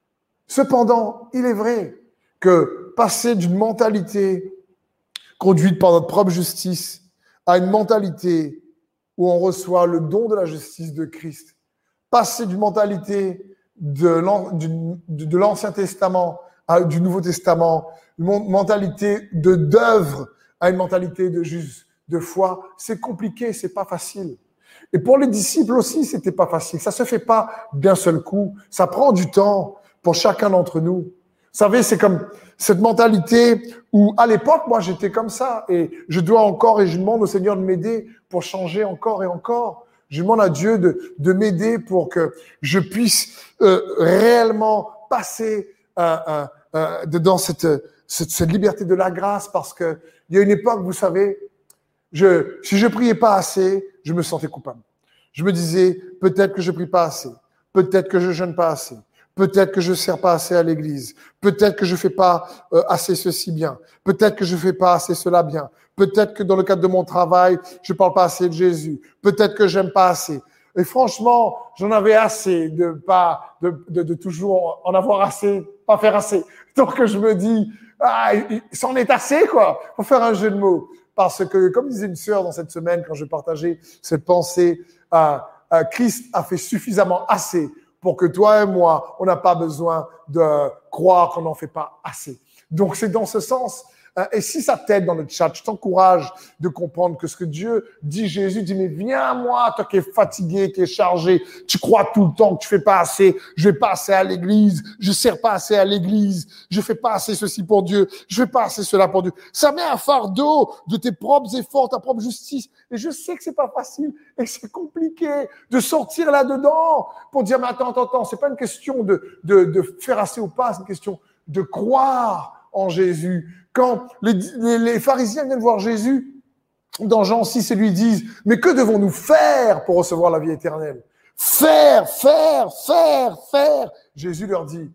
S1: Cependant, il est vrai que passer d'une mentalité conduite par notre propre justice à une mentalité où on reçoit le don de la justice de Christ, passer d'une mentalité de, l'an, du, de l'Ancien Testament à, du Nouveau Testament, une mentalité de d'œuvre à une mentalité de juste, de foi, c'est compliqué, c'est pas facile. Et pour les disciples aussi, c'était pas facile. Ça se fait pas d'un seul coup. Ça prend du temps pour chacun d'entre nous. Vous savez, c'est comme cette mentalité où, à l'époque, moi, j'étais comme ça. Et je dois encore, et je demande au Seigneur de m'aider pour changer encore et encore. Je demande à Dieu de, de m'aider pour que je puisse euh, réellement passer euh, euh, euh, dans cette, cette, cette liberté de la grâce. Parce que il y a une époque, vous savez, je, si je priais pas assez, je me sentais coupable. Je me disais, peut-être que je prie pas assez. Peut-être que je jeûne pas assez. Peut-être que je ne sers pas assez à l'église. Peut-être que je fais pas euh, assez ceci bien. Peut-être que je fais pas assez cela bien. Peut-être que dans le cadre de mon travail, je parle pas assez de Jésus. Peut-être que j'aime pas assez. Et franchement, j'en avais assez de pas, de, de, de toujours en avoir assez, pas faire assez. Donc je me dis, ah, c'en est assez, quoi. Faut faire un jeu de mots. Parce que, comme disait une sœur dans cette semaine, quand je partageais cette pensée, euh, euh, Christ a fait suffisamment assez pour que toi et moi, on n'a pas besoin de croire qu'on n'en fait pas assez. Donc, c'est dans ce sens. Et si ça t'aide dans le chat, je t'encourage de comprendre que ce que Dieu dit, Jésus dit, mais viens à moi, toi qui es fatigué, qui es chargé, tu crois tout le temps que tu fais pas assez, je vais pas assez à l'église, je sers pas assez à l'église, je fais pas assez ceci pour Dieu, je fais pas assez cela pour Dieu. Ça met un fardeau de tes propres efforts, ta propre justice. Et je sais que c'est pas facile et que c'est compliqué de sortir là-dedans pour dire, mais attends, attends, attends, c'est pas une question de, de, de faire assez ou pas, c'est une question de croire en Jésus. Quand les, les, les pharisiens viennent voir Jésus, dans Jean six, et lui disent, mais que devons-nous faire pour recevoir la vie éternelle? Faire, faire, faire, faire. Jésus leur dit,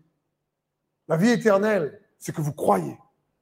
S1: la vie éternelle, c'est que vous croyez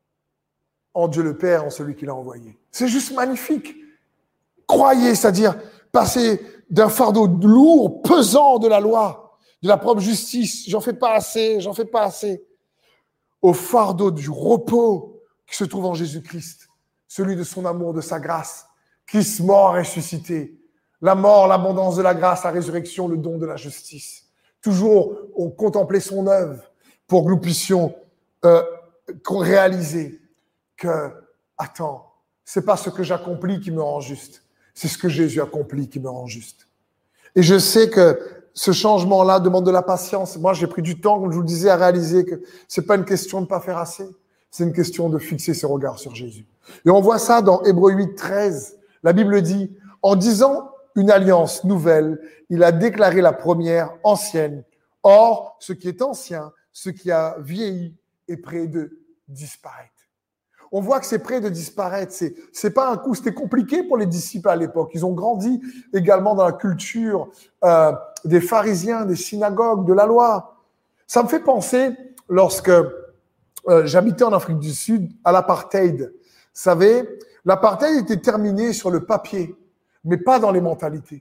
S1: en Dieu le Père, en celui qui l'a envoyé. C'est juste magnifique. Croyez, c'est-à-dire passer d'un fardeau lourd, pesant de la loi, de la propre justice, j'en fais pas assez, j'en fais pas assez, au fardeau du repos qui se trouve en Jésus-Christ, celui de son amour, de sa grâce. Christ mort, ressuscité. La mort, l'abondance de la grâce, la résurrection, le don de la justice. Toujours, on contemplait son œuvre pour que nous puissions euh, réaliser que, attends, c'est pas ce que j'accomplis qui me rend juste, c'est ce que Jésus accomplit qui me rend juste. Et je sais que ce changement-là demande de la patience. Moi, j'ai pris du temps, comme je vous le disais, à réaliser que c'est pas une question de pas faire assez. C'est une question de fixer ses regards sur Jésus. Et on voit ça dans Hébreux huit, treize. La Bible dit, en disant une alliance nouvelle, il a déclaré la première ancienne. Or, ce qui est ancien, ce qui a vieilli, est près de disparaître. On voit que c'est près de disparaître. C'est, c'est pas un coup, c'était compliqué pour les disciples à l'époque. Ils ont grandi également dans la culture euh, des pharisiens, des synagogues, de la loi. Ça me fait penser lorsque euh, j'habitais en Afrique du Sud, à l'apartheid. Vous savez, l'apartheid était terminé sur le papier, mais pas dans les mentalités.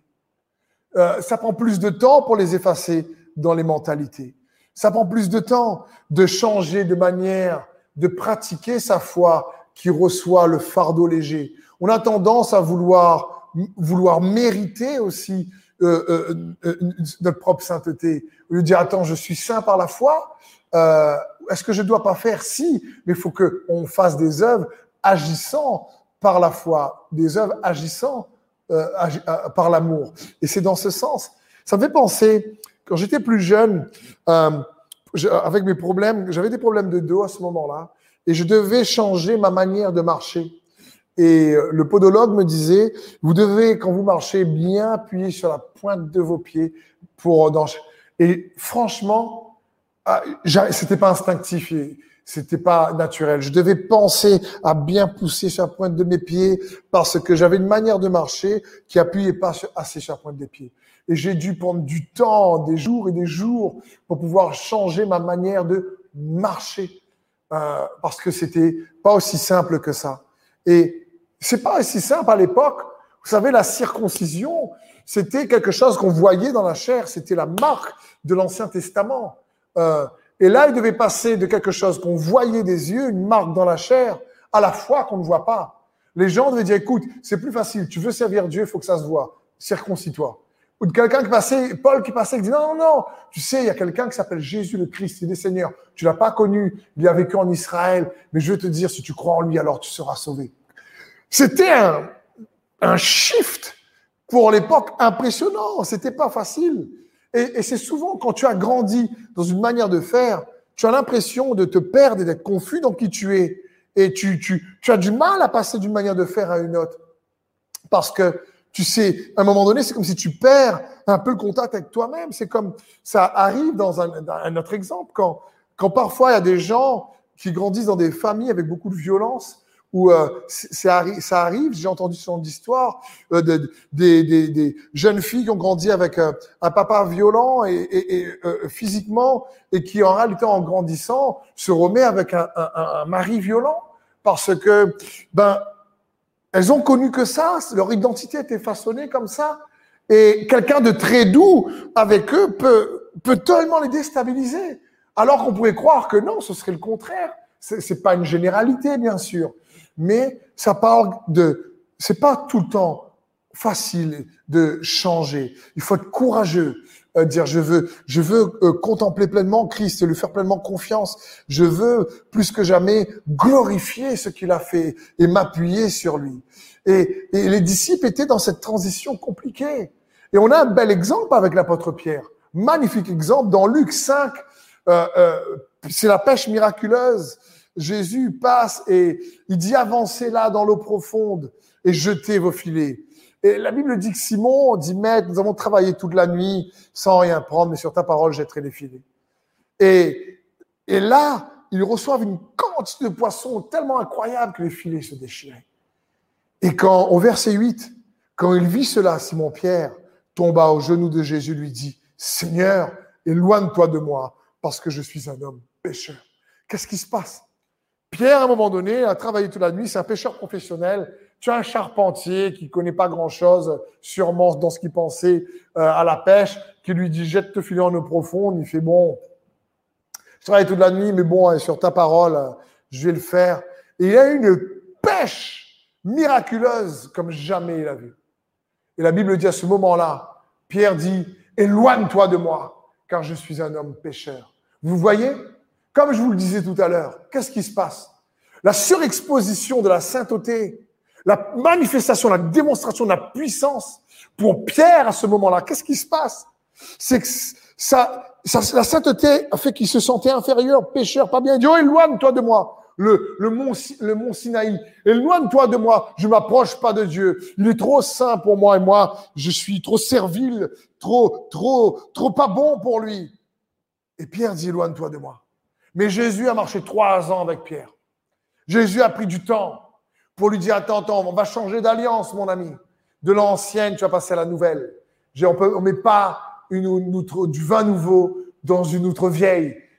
S1: Euh, ça prend plus de temps pour les effacer dans les mentalités. Ça prend plus de temps de changer de manière de pratiquer sa foi qui reçoit le fardeau léger. On a tendance à vouloir vouloir mériter aussi euh, euh, euh, notre propre sainteté. Au lieu de dire, attends, je suis saint par la foi, euh, est-ce que je ne dois pas faire? Si, mais il faut qu'on fasse des œuvres agissant par la foi, des œuvres agissant euh, agi, euh, par l'amour. Et c'est dans ce sens. Ça me fait penser, quand j'étais plus jeune, euh, je, avec mes problèmes, j'avais des problèmes de dos à ce moment-là, et je devais changer ma manière de marcher. Et le podologue me disait, vous devez, quand vous marchez, bien appuyer sur la pointe de vos pieds pour dans... Et franchement, c'était pas instinctif, c'était pas naturel. Je devais penser à bien pousser sur la pointe de mes pieds parce que j'avais une manière de marcher qui appuyait pas assez sur la pointe des pieds. Et j'ai dû prendre du temps, des jours et des jours pour pouvoir changer ma manière de marcher euh, parce que c'était pas aussi simple que ça. Et c'est pas aussi simple à l'époque. Vous savez, la circoncision, c'était quelque chose qu'on voyait dans la chair. C'était la marque de l'Ancien Testament. Euh, et là, il devait passer de quelque chose qu'on voyait des yeux, une marque dans la chair, à la foi qu'on ne voit pas. Les gens devaient dire, écoute, c'est plus facile. Tu veux servir Dieu, il faut que ça se voit. Circoncis-toi. Ou de quelqu'un qui passait, Paul qui passait, qui dit, non, non, non. Tu sais, il y a quelqu'un qui s'appelle Jésus le Christ. Il est Seigneur. Tu l'as pas connu. Il a vécu en Israël. Mais je veux te dire, si tu crois en lui, alors tu seras sauvé. C'était un, un shift pour l'époque impressionnant. C'était pas facile. Et, et c'est souvent quand tu as grandi dans une manière de faire, tu as l'impression de te perdre et d'être confus dans qui tu es. Et tu, tu, tu as du mal à passer d'une manière de faire à une autre. Parce que, tu sais, à un moment donné, c'est comme si tu perds un peu le contact avec toi-même. C'est comme, ça arrive dans un, dans un autre exemple, quand, quand parfois il y a des gens qui grandissent dans des familles avec beaucoup de violence, où euh, ça arrive, j'ai entendu ce genre d'histoire, euh, de, de, de, de, de jeunes filles qui ont grandi avec un, un papa violent et, et, et euh, physiquement, et qui en réalité, en grandissant, se remet avec un, un, un mari violent, parce que ben elles ont connu que ça, leur identité était façonnée comme ça, et quelqu'un de très doux avec eux peut, peut tellement les déstabiliser, alors qu'on pouvait croire que non, ce serait le contraire. C'est, c'est pas une généralité, bien sûr. Mais ça part de, c'est pas tout le temps facile de changer. Il faut être courageux, euh, dire je veux, je veux euh, contempler pleinement Christ et lui faire pleinement confiance. Je veux plus que jamais glorifier ce qu'il a fait et m'appuyer sur lui. Et, et les disciples étaient dans cette transition compliquée. Et on a un bel exemple avec l'apôtre Pierre. Magnifique exemple dans Luc cinq. Euh, euh, c'est la pêche miraculeuse. Jésus passe et il dit avancez là dans l'eau profonde et jetez vos filets. Et la Bible dit que Simon dit maître, nous avons travaillé toute la nuit sans rien prendre, mais sur ta parole je jetterai les filets. Et, et là, ils reçoivent une quantité de poissons tellement incroyable que les filets se déchiraient. Et quand, au verset huit, quand il vit cela, Simon-Pierre tomba aux genoux de Jésus, lui dit Seigneur, éloigne-toi de moi parce que je suis un homme pécheur. Qu'est-ce qui se passe? Pierre, à un moment donné, a travaillé toute la nuit, c'est un pêcheur professionnel. Tu as un charpentier qui connaît pas grand-chose, sûrement dans ce qu'il pensait euh, à la pêche, qui lui dit « Jette te filet en eau profonde ». Il fait « Bon, je travaille toute la nuit, mais bon, sur ta parole, je vais le faire ». Et il a eu une pêche miraculeuse comme jamais il a vu. Et la Bible dit à ce moment-là, Pierre dit « Éloigne-toi de moi, car je suis un homme pécheur ». Vous voyez ? Comme je vous le disais tout à l'heure, qu'est-ce qui se passe? La surexposition de la sainteté, la manifestation, la démonstration de la puissance pour Pierre à ce moment-là, qu'est-ce qui se passe? C'est que ça, ça, la sainteté a fait qu'il se sentait inférieur, pécheur, pas bien. Il dit, oh, éloigne-toi de moi, le, le, mont, le mont Sinaï, éloigne-toi de moi, je m'approche pas de Dieu. Il est trop saint pour moi et moi, je suis trop servile, trop, trop, trop pas bon pour lui. Et Pierre dit, éloigne-toi de moi. Mais Jésus a marché trois ans avec Pierre. Jésus a pris du temps pour lui dire, attends, attends, on va changer d'alliance, mon ami. De l'ancienne, tu vas passer à la nouvelle. On ne met pas une, une outre, du vin nouveau dans une outre vieille.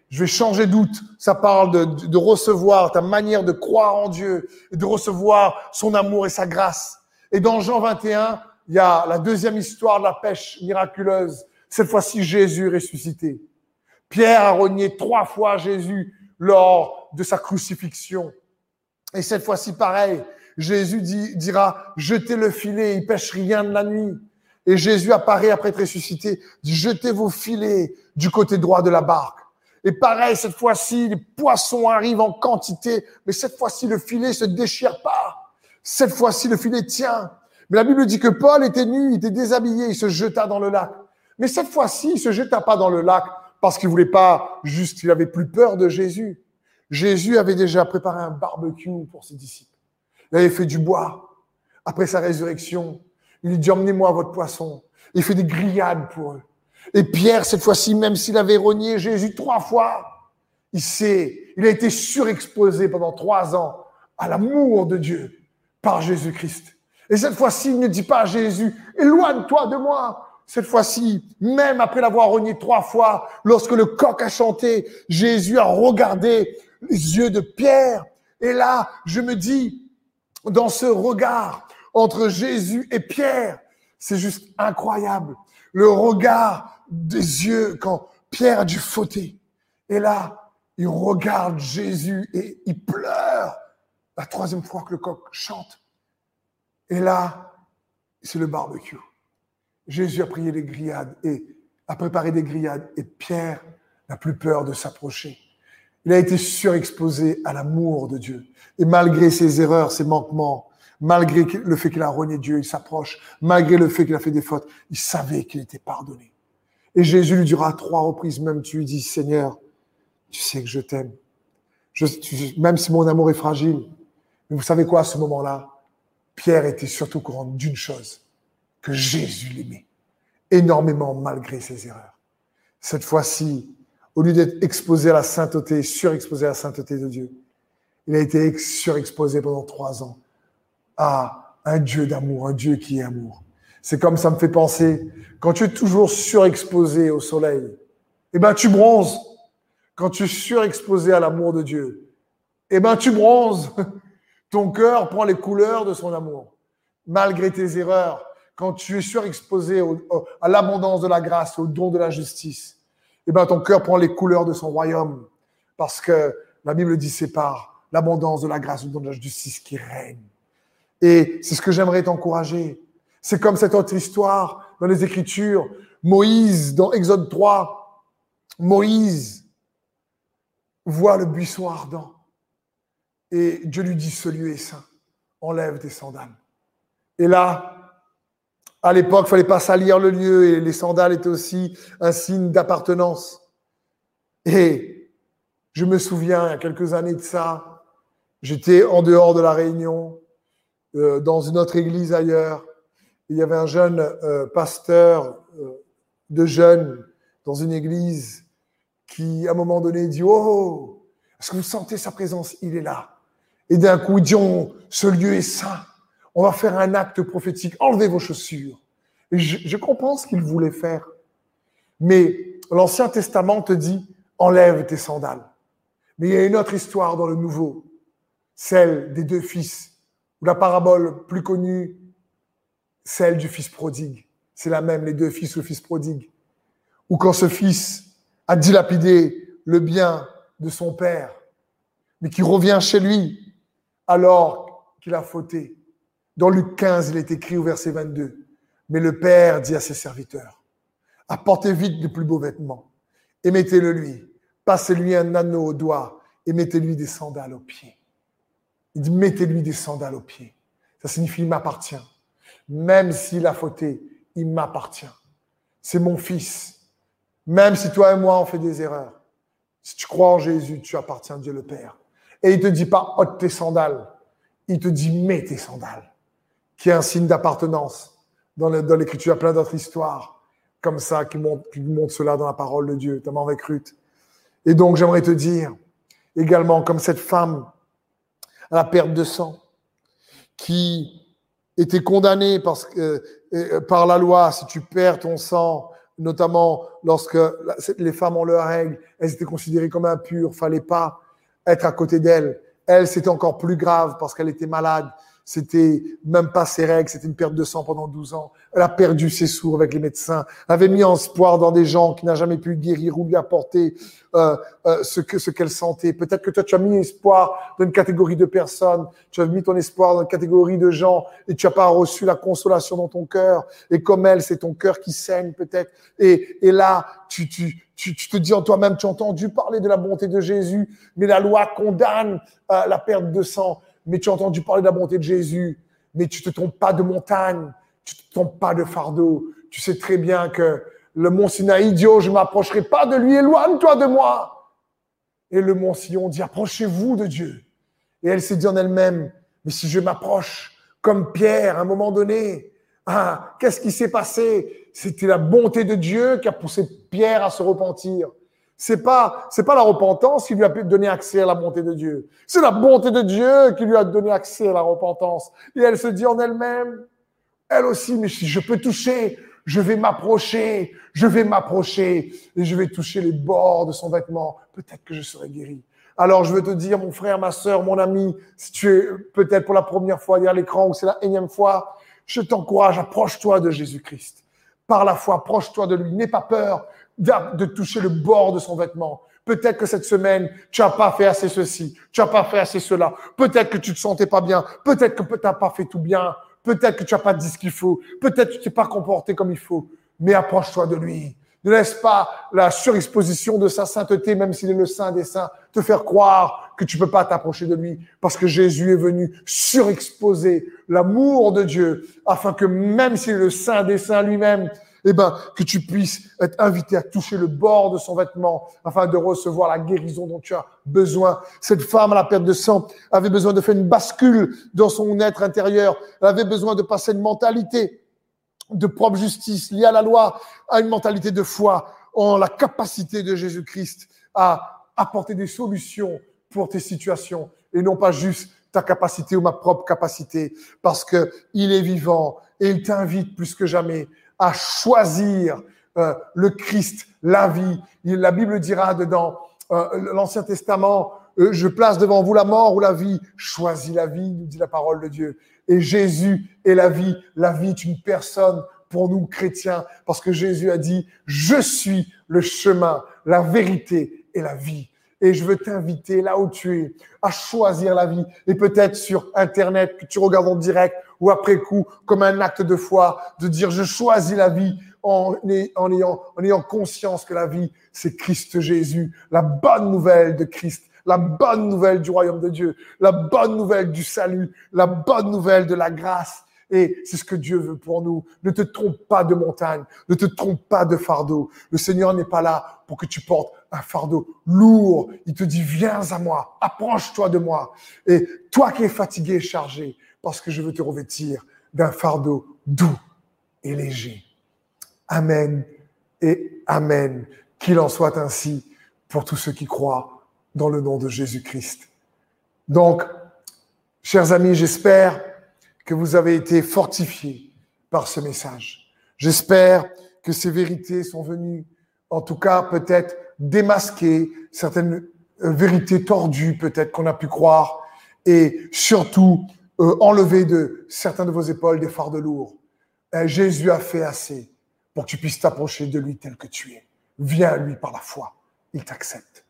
S1: Je vais changer d'août. Ça parle de, de, de recevoir ta manière de croire en Dieu et de recevoir son amour et sa grâce. Et dans Jean vingt et un, il y a la deuxième histoire de la pêche miraculeuse. Cette fois-ci, Jésus ressuscité. Pierre a renié trois fois Jésus lors de sa crucifixion. Et cette fois-ci, pareil, Jésus dit, dira, jetez le filet, il pêche rien de la nuit. Et Jésus apparaît après être ressuscité, dit, jetez vos filets du côté droit de la barque. Et pareil, cette fois-ci, les poissons arrivent en quantité, mais cette fois-ci, le filet se déchire pas. Cette fois-ci, le filet tient. Mais la Bible dit que Paul était nu, il était déshabillé, il se jeta dans le lac. Mais cette fois-ci, il se jeta pas dans le lac parce qu'il voulait pas juste, il avait plus peur de Jésus. Jésus avait déjà préparé un barbecue pour ses disciples. Il avait fait du bois. Après sa résurrection, il lui dit, emmenez-moi votre poisson. Il fait des grillades pour eux. Et Pierre, cette fois-ci, même s'il avait renié Jésus trois fois, il sait, il a été surexposé pendant trois ans à l'amour de Dieu par Jésus-Christ. Et cette fois-ci, il ne dit pas à Jésus, éloigne-toi de moi. Cette fois-ci, même après l'avoir renié trois fois, lorsque le coq a chanté, Jésus a regardé les yeux de Pierre. Et là, je me dis, dans ce regard entre Jésus et Pierre, c'est juste incroyable. Le regard des yeux quand Pierre a dû fauter. Et là, il regarde Jésus et il pleure la troisième fois que le coq chante. Et là, c'est le barbecue. Jésus a prié des grillades et a préparé des grillades et Pierre n'a plus peur de s'approcher. Il a été surexposé à l'amour de Dieu. Et malgré ses erreurs, ses manquements, malgré le fait qu'il a renié Dieu, il s'approche. Malgré le fait qu'il a fait des fautes, il savait qu'il était pardonné. Et Jésus lui dira à trois reprises, même tu lui dis, Seigneur, tu sais que je t'aime. Je, tu, même si mon amour est fragile. Mais vous savez quoi, à ce moment-là, Pierre était surtout au courant d'une chose, que Jésus l'aimait énormément malgré ses erreurs. Cette fois-ci, au lieu d'être exposé à la sainteté, surexposé à la sainteté de Dieu, il a été surexposé pendant trois ans à un Dieu d'amour, un Dieu qui est amour. C'est comme ça me fait penser, quand tu es toujours surexposé au soleil, eh ben tu bronzes. Quand tu es surexposé à l'amour de Dieu, eh ben tu bronzes. Ton cœur prend les couleurs de son amour. Malgré tes erreurs, quand tu es surexposé au, au, à l'abondance de la grâce, au don de la justice, eh ben ton cœur prend les couleurs de son royaume. Parce que la Bible dit c'est par l'abondance de la grâce, le don de la justice qui règne. Et c'est ce que j'aimerais t'encourager. C'est comme cette autre histoire dans les Écritures. Moïse, dans Exode trois, Moïse voit le buisson ardent. Et Dieu lui dit, ce lieu est saint, enlève tes sandales. Et là, à l'époque, il ne fallait pas salir le lieu et les sandales étaient aussi un signe d'appartenance. Et je me souviens, il y a quelques années de ça, j'étais en dehors de la Réunion, euh, dans une autre église ailleurs. Il y avait un jeune euh, pasteur euh, de jeunes dans une église qui, à un moment donné, dit « Oh, est-ce que vous sentez sa présence? Il est là. » Et d'un coup, il dit, oh, ce lieu est saint. On va faire un acte prophétique. Enlevez vos chaussures. Et je, je comprends ce qu'il voulait faire. Mais l'Ancien Testament te dit, enlève tes sandales. Mais il y a une autre histoire dans le Nouveau, celle des deux fils, ou la parabole plus connue, celle du fils prodigue. C'est la même, les deux fils ou le fils prodigue. Ou quand ce fils a dilapidé le bien de son père, mais qui revient chez lui, alors qu'il a fauté. Dans Luc quinze, il est écrit au verset vingt-deux. Mais le Père dit à ses serviteurs, apportez vite de plus beaux vêtements et mettez-le lui. Passez-lui un anneau au doigt et mettez-lui des sandales aux pieds. Il dit, mettez-lui des sandales aux pieds. Ça signifie, il m'appartient. Même s'il a fauté, il m'appartient. C'est mon fils. Même si toi et moi, on fait des erreurs. Si tu crois en Jésus, tu appartiens à Dieu le Père. Et il te dit pas ôte tes sandales, il te dit mets tes sandales, qui est un signe d'appartenance. Dans, le, dans l'Écriture, il y a plein d'autres histoires comme ça qui montrent, qui montrent cela dans la parole de Dieu, notamment avec Ruth. Et donc, j'aimerais te dire également, comme cette femme à la perte de sang, qui était condamnée parce que, euh, par la loi, si tu perds ton sang, notamment lorsque les femmes ont leurs règles, elles étaient considérées comme impures, fallait pas être à côté d'elles. Elle, c'était encore plus grave parce qu'elle était malade. C'était même pas ses règles, c'était une perte de sang pendant douze ans. Elle a perdu ses sous avec les médecins. Elle avait mis en espoir dans des gens qui n'a jamais pu guérir ou lui apporter euh, euh, ce que ce qu'elle sentait. Peut-être que toi, tu as mis espoir dans une catégorie de personnes. Tu as mis ton espoir dans une catégorie de gens et tu n'as pas reçu la consolation dans ton cœur. Et comme elle, c'est ton cœur qui saigne peut-être. Et, et là, tu, tu, tu, tu te dis en toi-même, tu as entendu parler de la bonté de Jésus, mais la loi condamne euh, la perte de sang. Mais tu as entendu parler de la bonté de Jésus, mais tu te trompes pas de montagne, tu te trompes pas de fardeau. Tu sais très bien que le mont Sinaï dit, oh, je m'approcherai pas de lui, éloigne-toi de moi. Et le mont Sion dit, approchez-vous de Dieu. Et elle s'est dit en elle-même, mais si je m'approche comme Pierre à un moment donné, ah, qu'est-ce qui s'est passé? C'était la bonté de Dieu qui a poussé Pierre à se repentir. C'est pas, c'est pas la repentance qui lui a donné accès à la bonté de Dieu. C'est la bonté de Dieu qui lui a donné accès à la repentance. Et elle se dit en elle-même, elle aussi, mais si je peux toucher, je vais m'approcher, je vais m'approcher et je vais toucher les bords de son vêtement. Peut-être que je serai guéri. Alors, je veux te dire, mon frère, ma sœur, mon ami, si tu es peut-être pour la première fois derrière l'écran ou c'est la énième fois, je t'encourage, approche-toi de Jésus-Christ. Par la foi, approche-toi de lui. N'aie pas peur de toucher le bord de son vêtement. Peut-être que cette semaine, tu n'as pas fait assez ceci, tu n'as pas fait assez cela. Peut-être que tu ne te sentais pas bien. Peut-être que tu n'as pas fait tout bien. Peut-être que tu n'as pas dit ce qu'il faut. Peut-être que tu t'es pas comporté comme il faut. Mais approche-toi de lui. Ne laisse pas la surexposition de sa sainteté, même s'il est le saint des saints, te faire croire que tu peux pas t'approcher de lui. Parce que Jésus est venu surexposer l'amour de Dieu afin que même s'il est le saint des saints lui-même, eh ben, que tu puisses être invité à toucher le bord de son vêtement afin de recevoir la guérison dont tu as besoin. Cette femme à la perte de sang avait besoin de faire une bascule dans son être intérieur. Elle avait besoin de passer une mentalité de propre justice liée à la loi à une mentalité de foi en la capacité de Jésus-Christ à apporter des solutions pour tes situations et non pas juste ta capacité ou ma propre capacité, parce que il est vivant et il t'invite plus que jamais à choisir euh, le Christ, la vie. La Bible dira dedans, euh, l'Ancien Testament, euh, je place devant vous la mort ou la vie. Choisis la vie, nous dit la parole de Dieu. Et Jésus est la vie. La vie est une personne pour nous chrétiens, parce que Jésus a dit, je suis le chemin, la vérité et la vie. Et je veux t'inviter là où tu es à choisir la vie. Et peut-être sur Internet, que tu regardes en direct ou après coup, comme un acte de foi, de dire je choisis la vie en, en, ayant, en ayant conscience que la vie, c'est Christ Jésus, la bonne nouvelle de Christ, la bonne nouvelle du royaume de Dieu, la bonne nouvelle du salut, la bonne nouvelle de la grâce. Et c'est ce que Dieu veut pour nous. Ne te trompe pas de montagne, ne te trompe pas de fardeau. Le Seigneur n'est pas là pour que tu portes un fardeau lourd. Il te dit, viens à moi, approche-toi de moi. Et toi qui es fatigué et chargé, parce que je veux te revêtir d'un fardeau doux et léger. Amen et amen. Qu'il en soit ainsi pour tous ceux qui croient dans le nom de Jésus-Christ. Donc, chers amis, j'espère que vous avez été fortifiés par ce message. J'espère que ces vérités sont venues, en tout cas peut-être démasquer certaines vérités tordues peut-être qu'on a pu croire et surtout euh, enlever de certains de vos épaules des fardeaux lourds. Euh, Jésus a fait assez pour que tu puisses t'approcher de lui tel que tu es. Viens à lui par la foi, il t'accepte.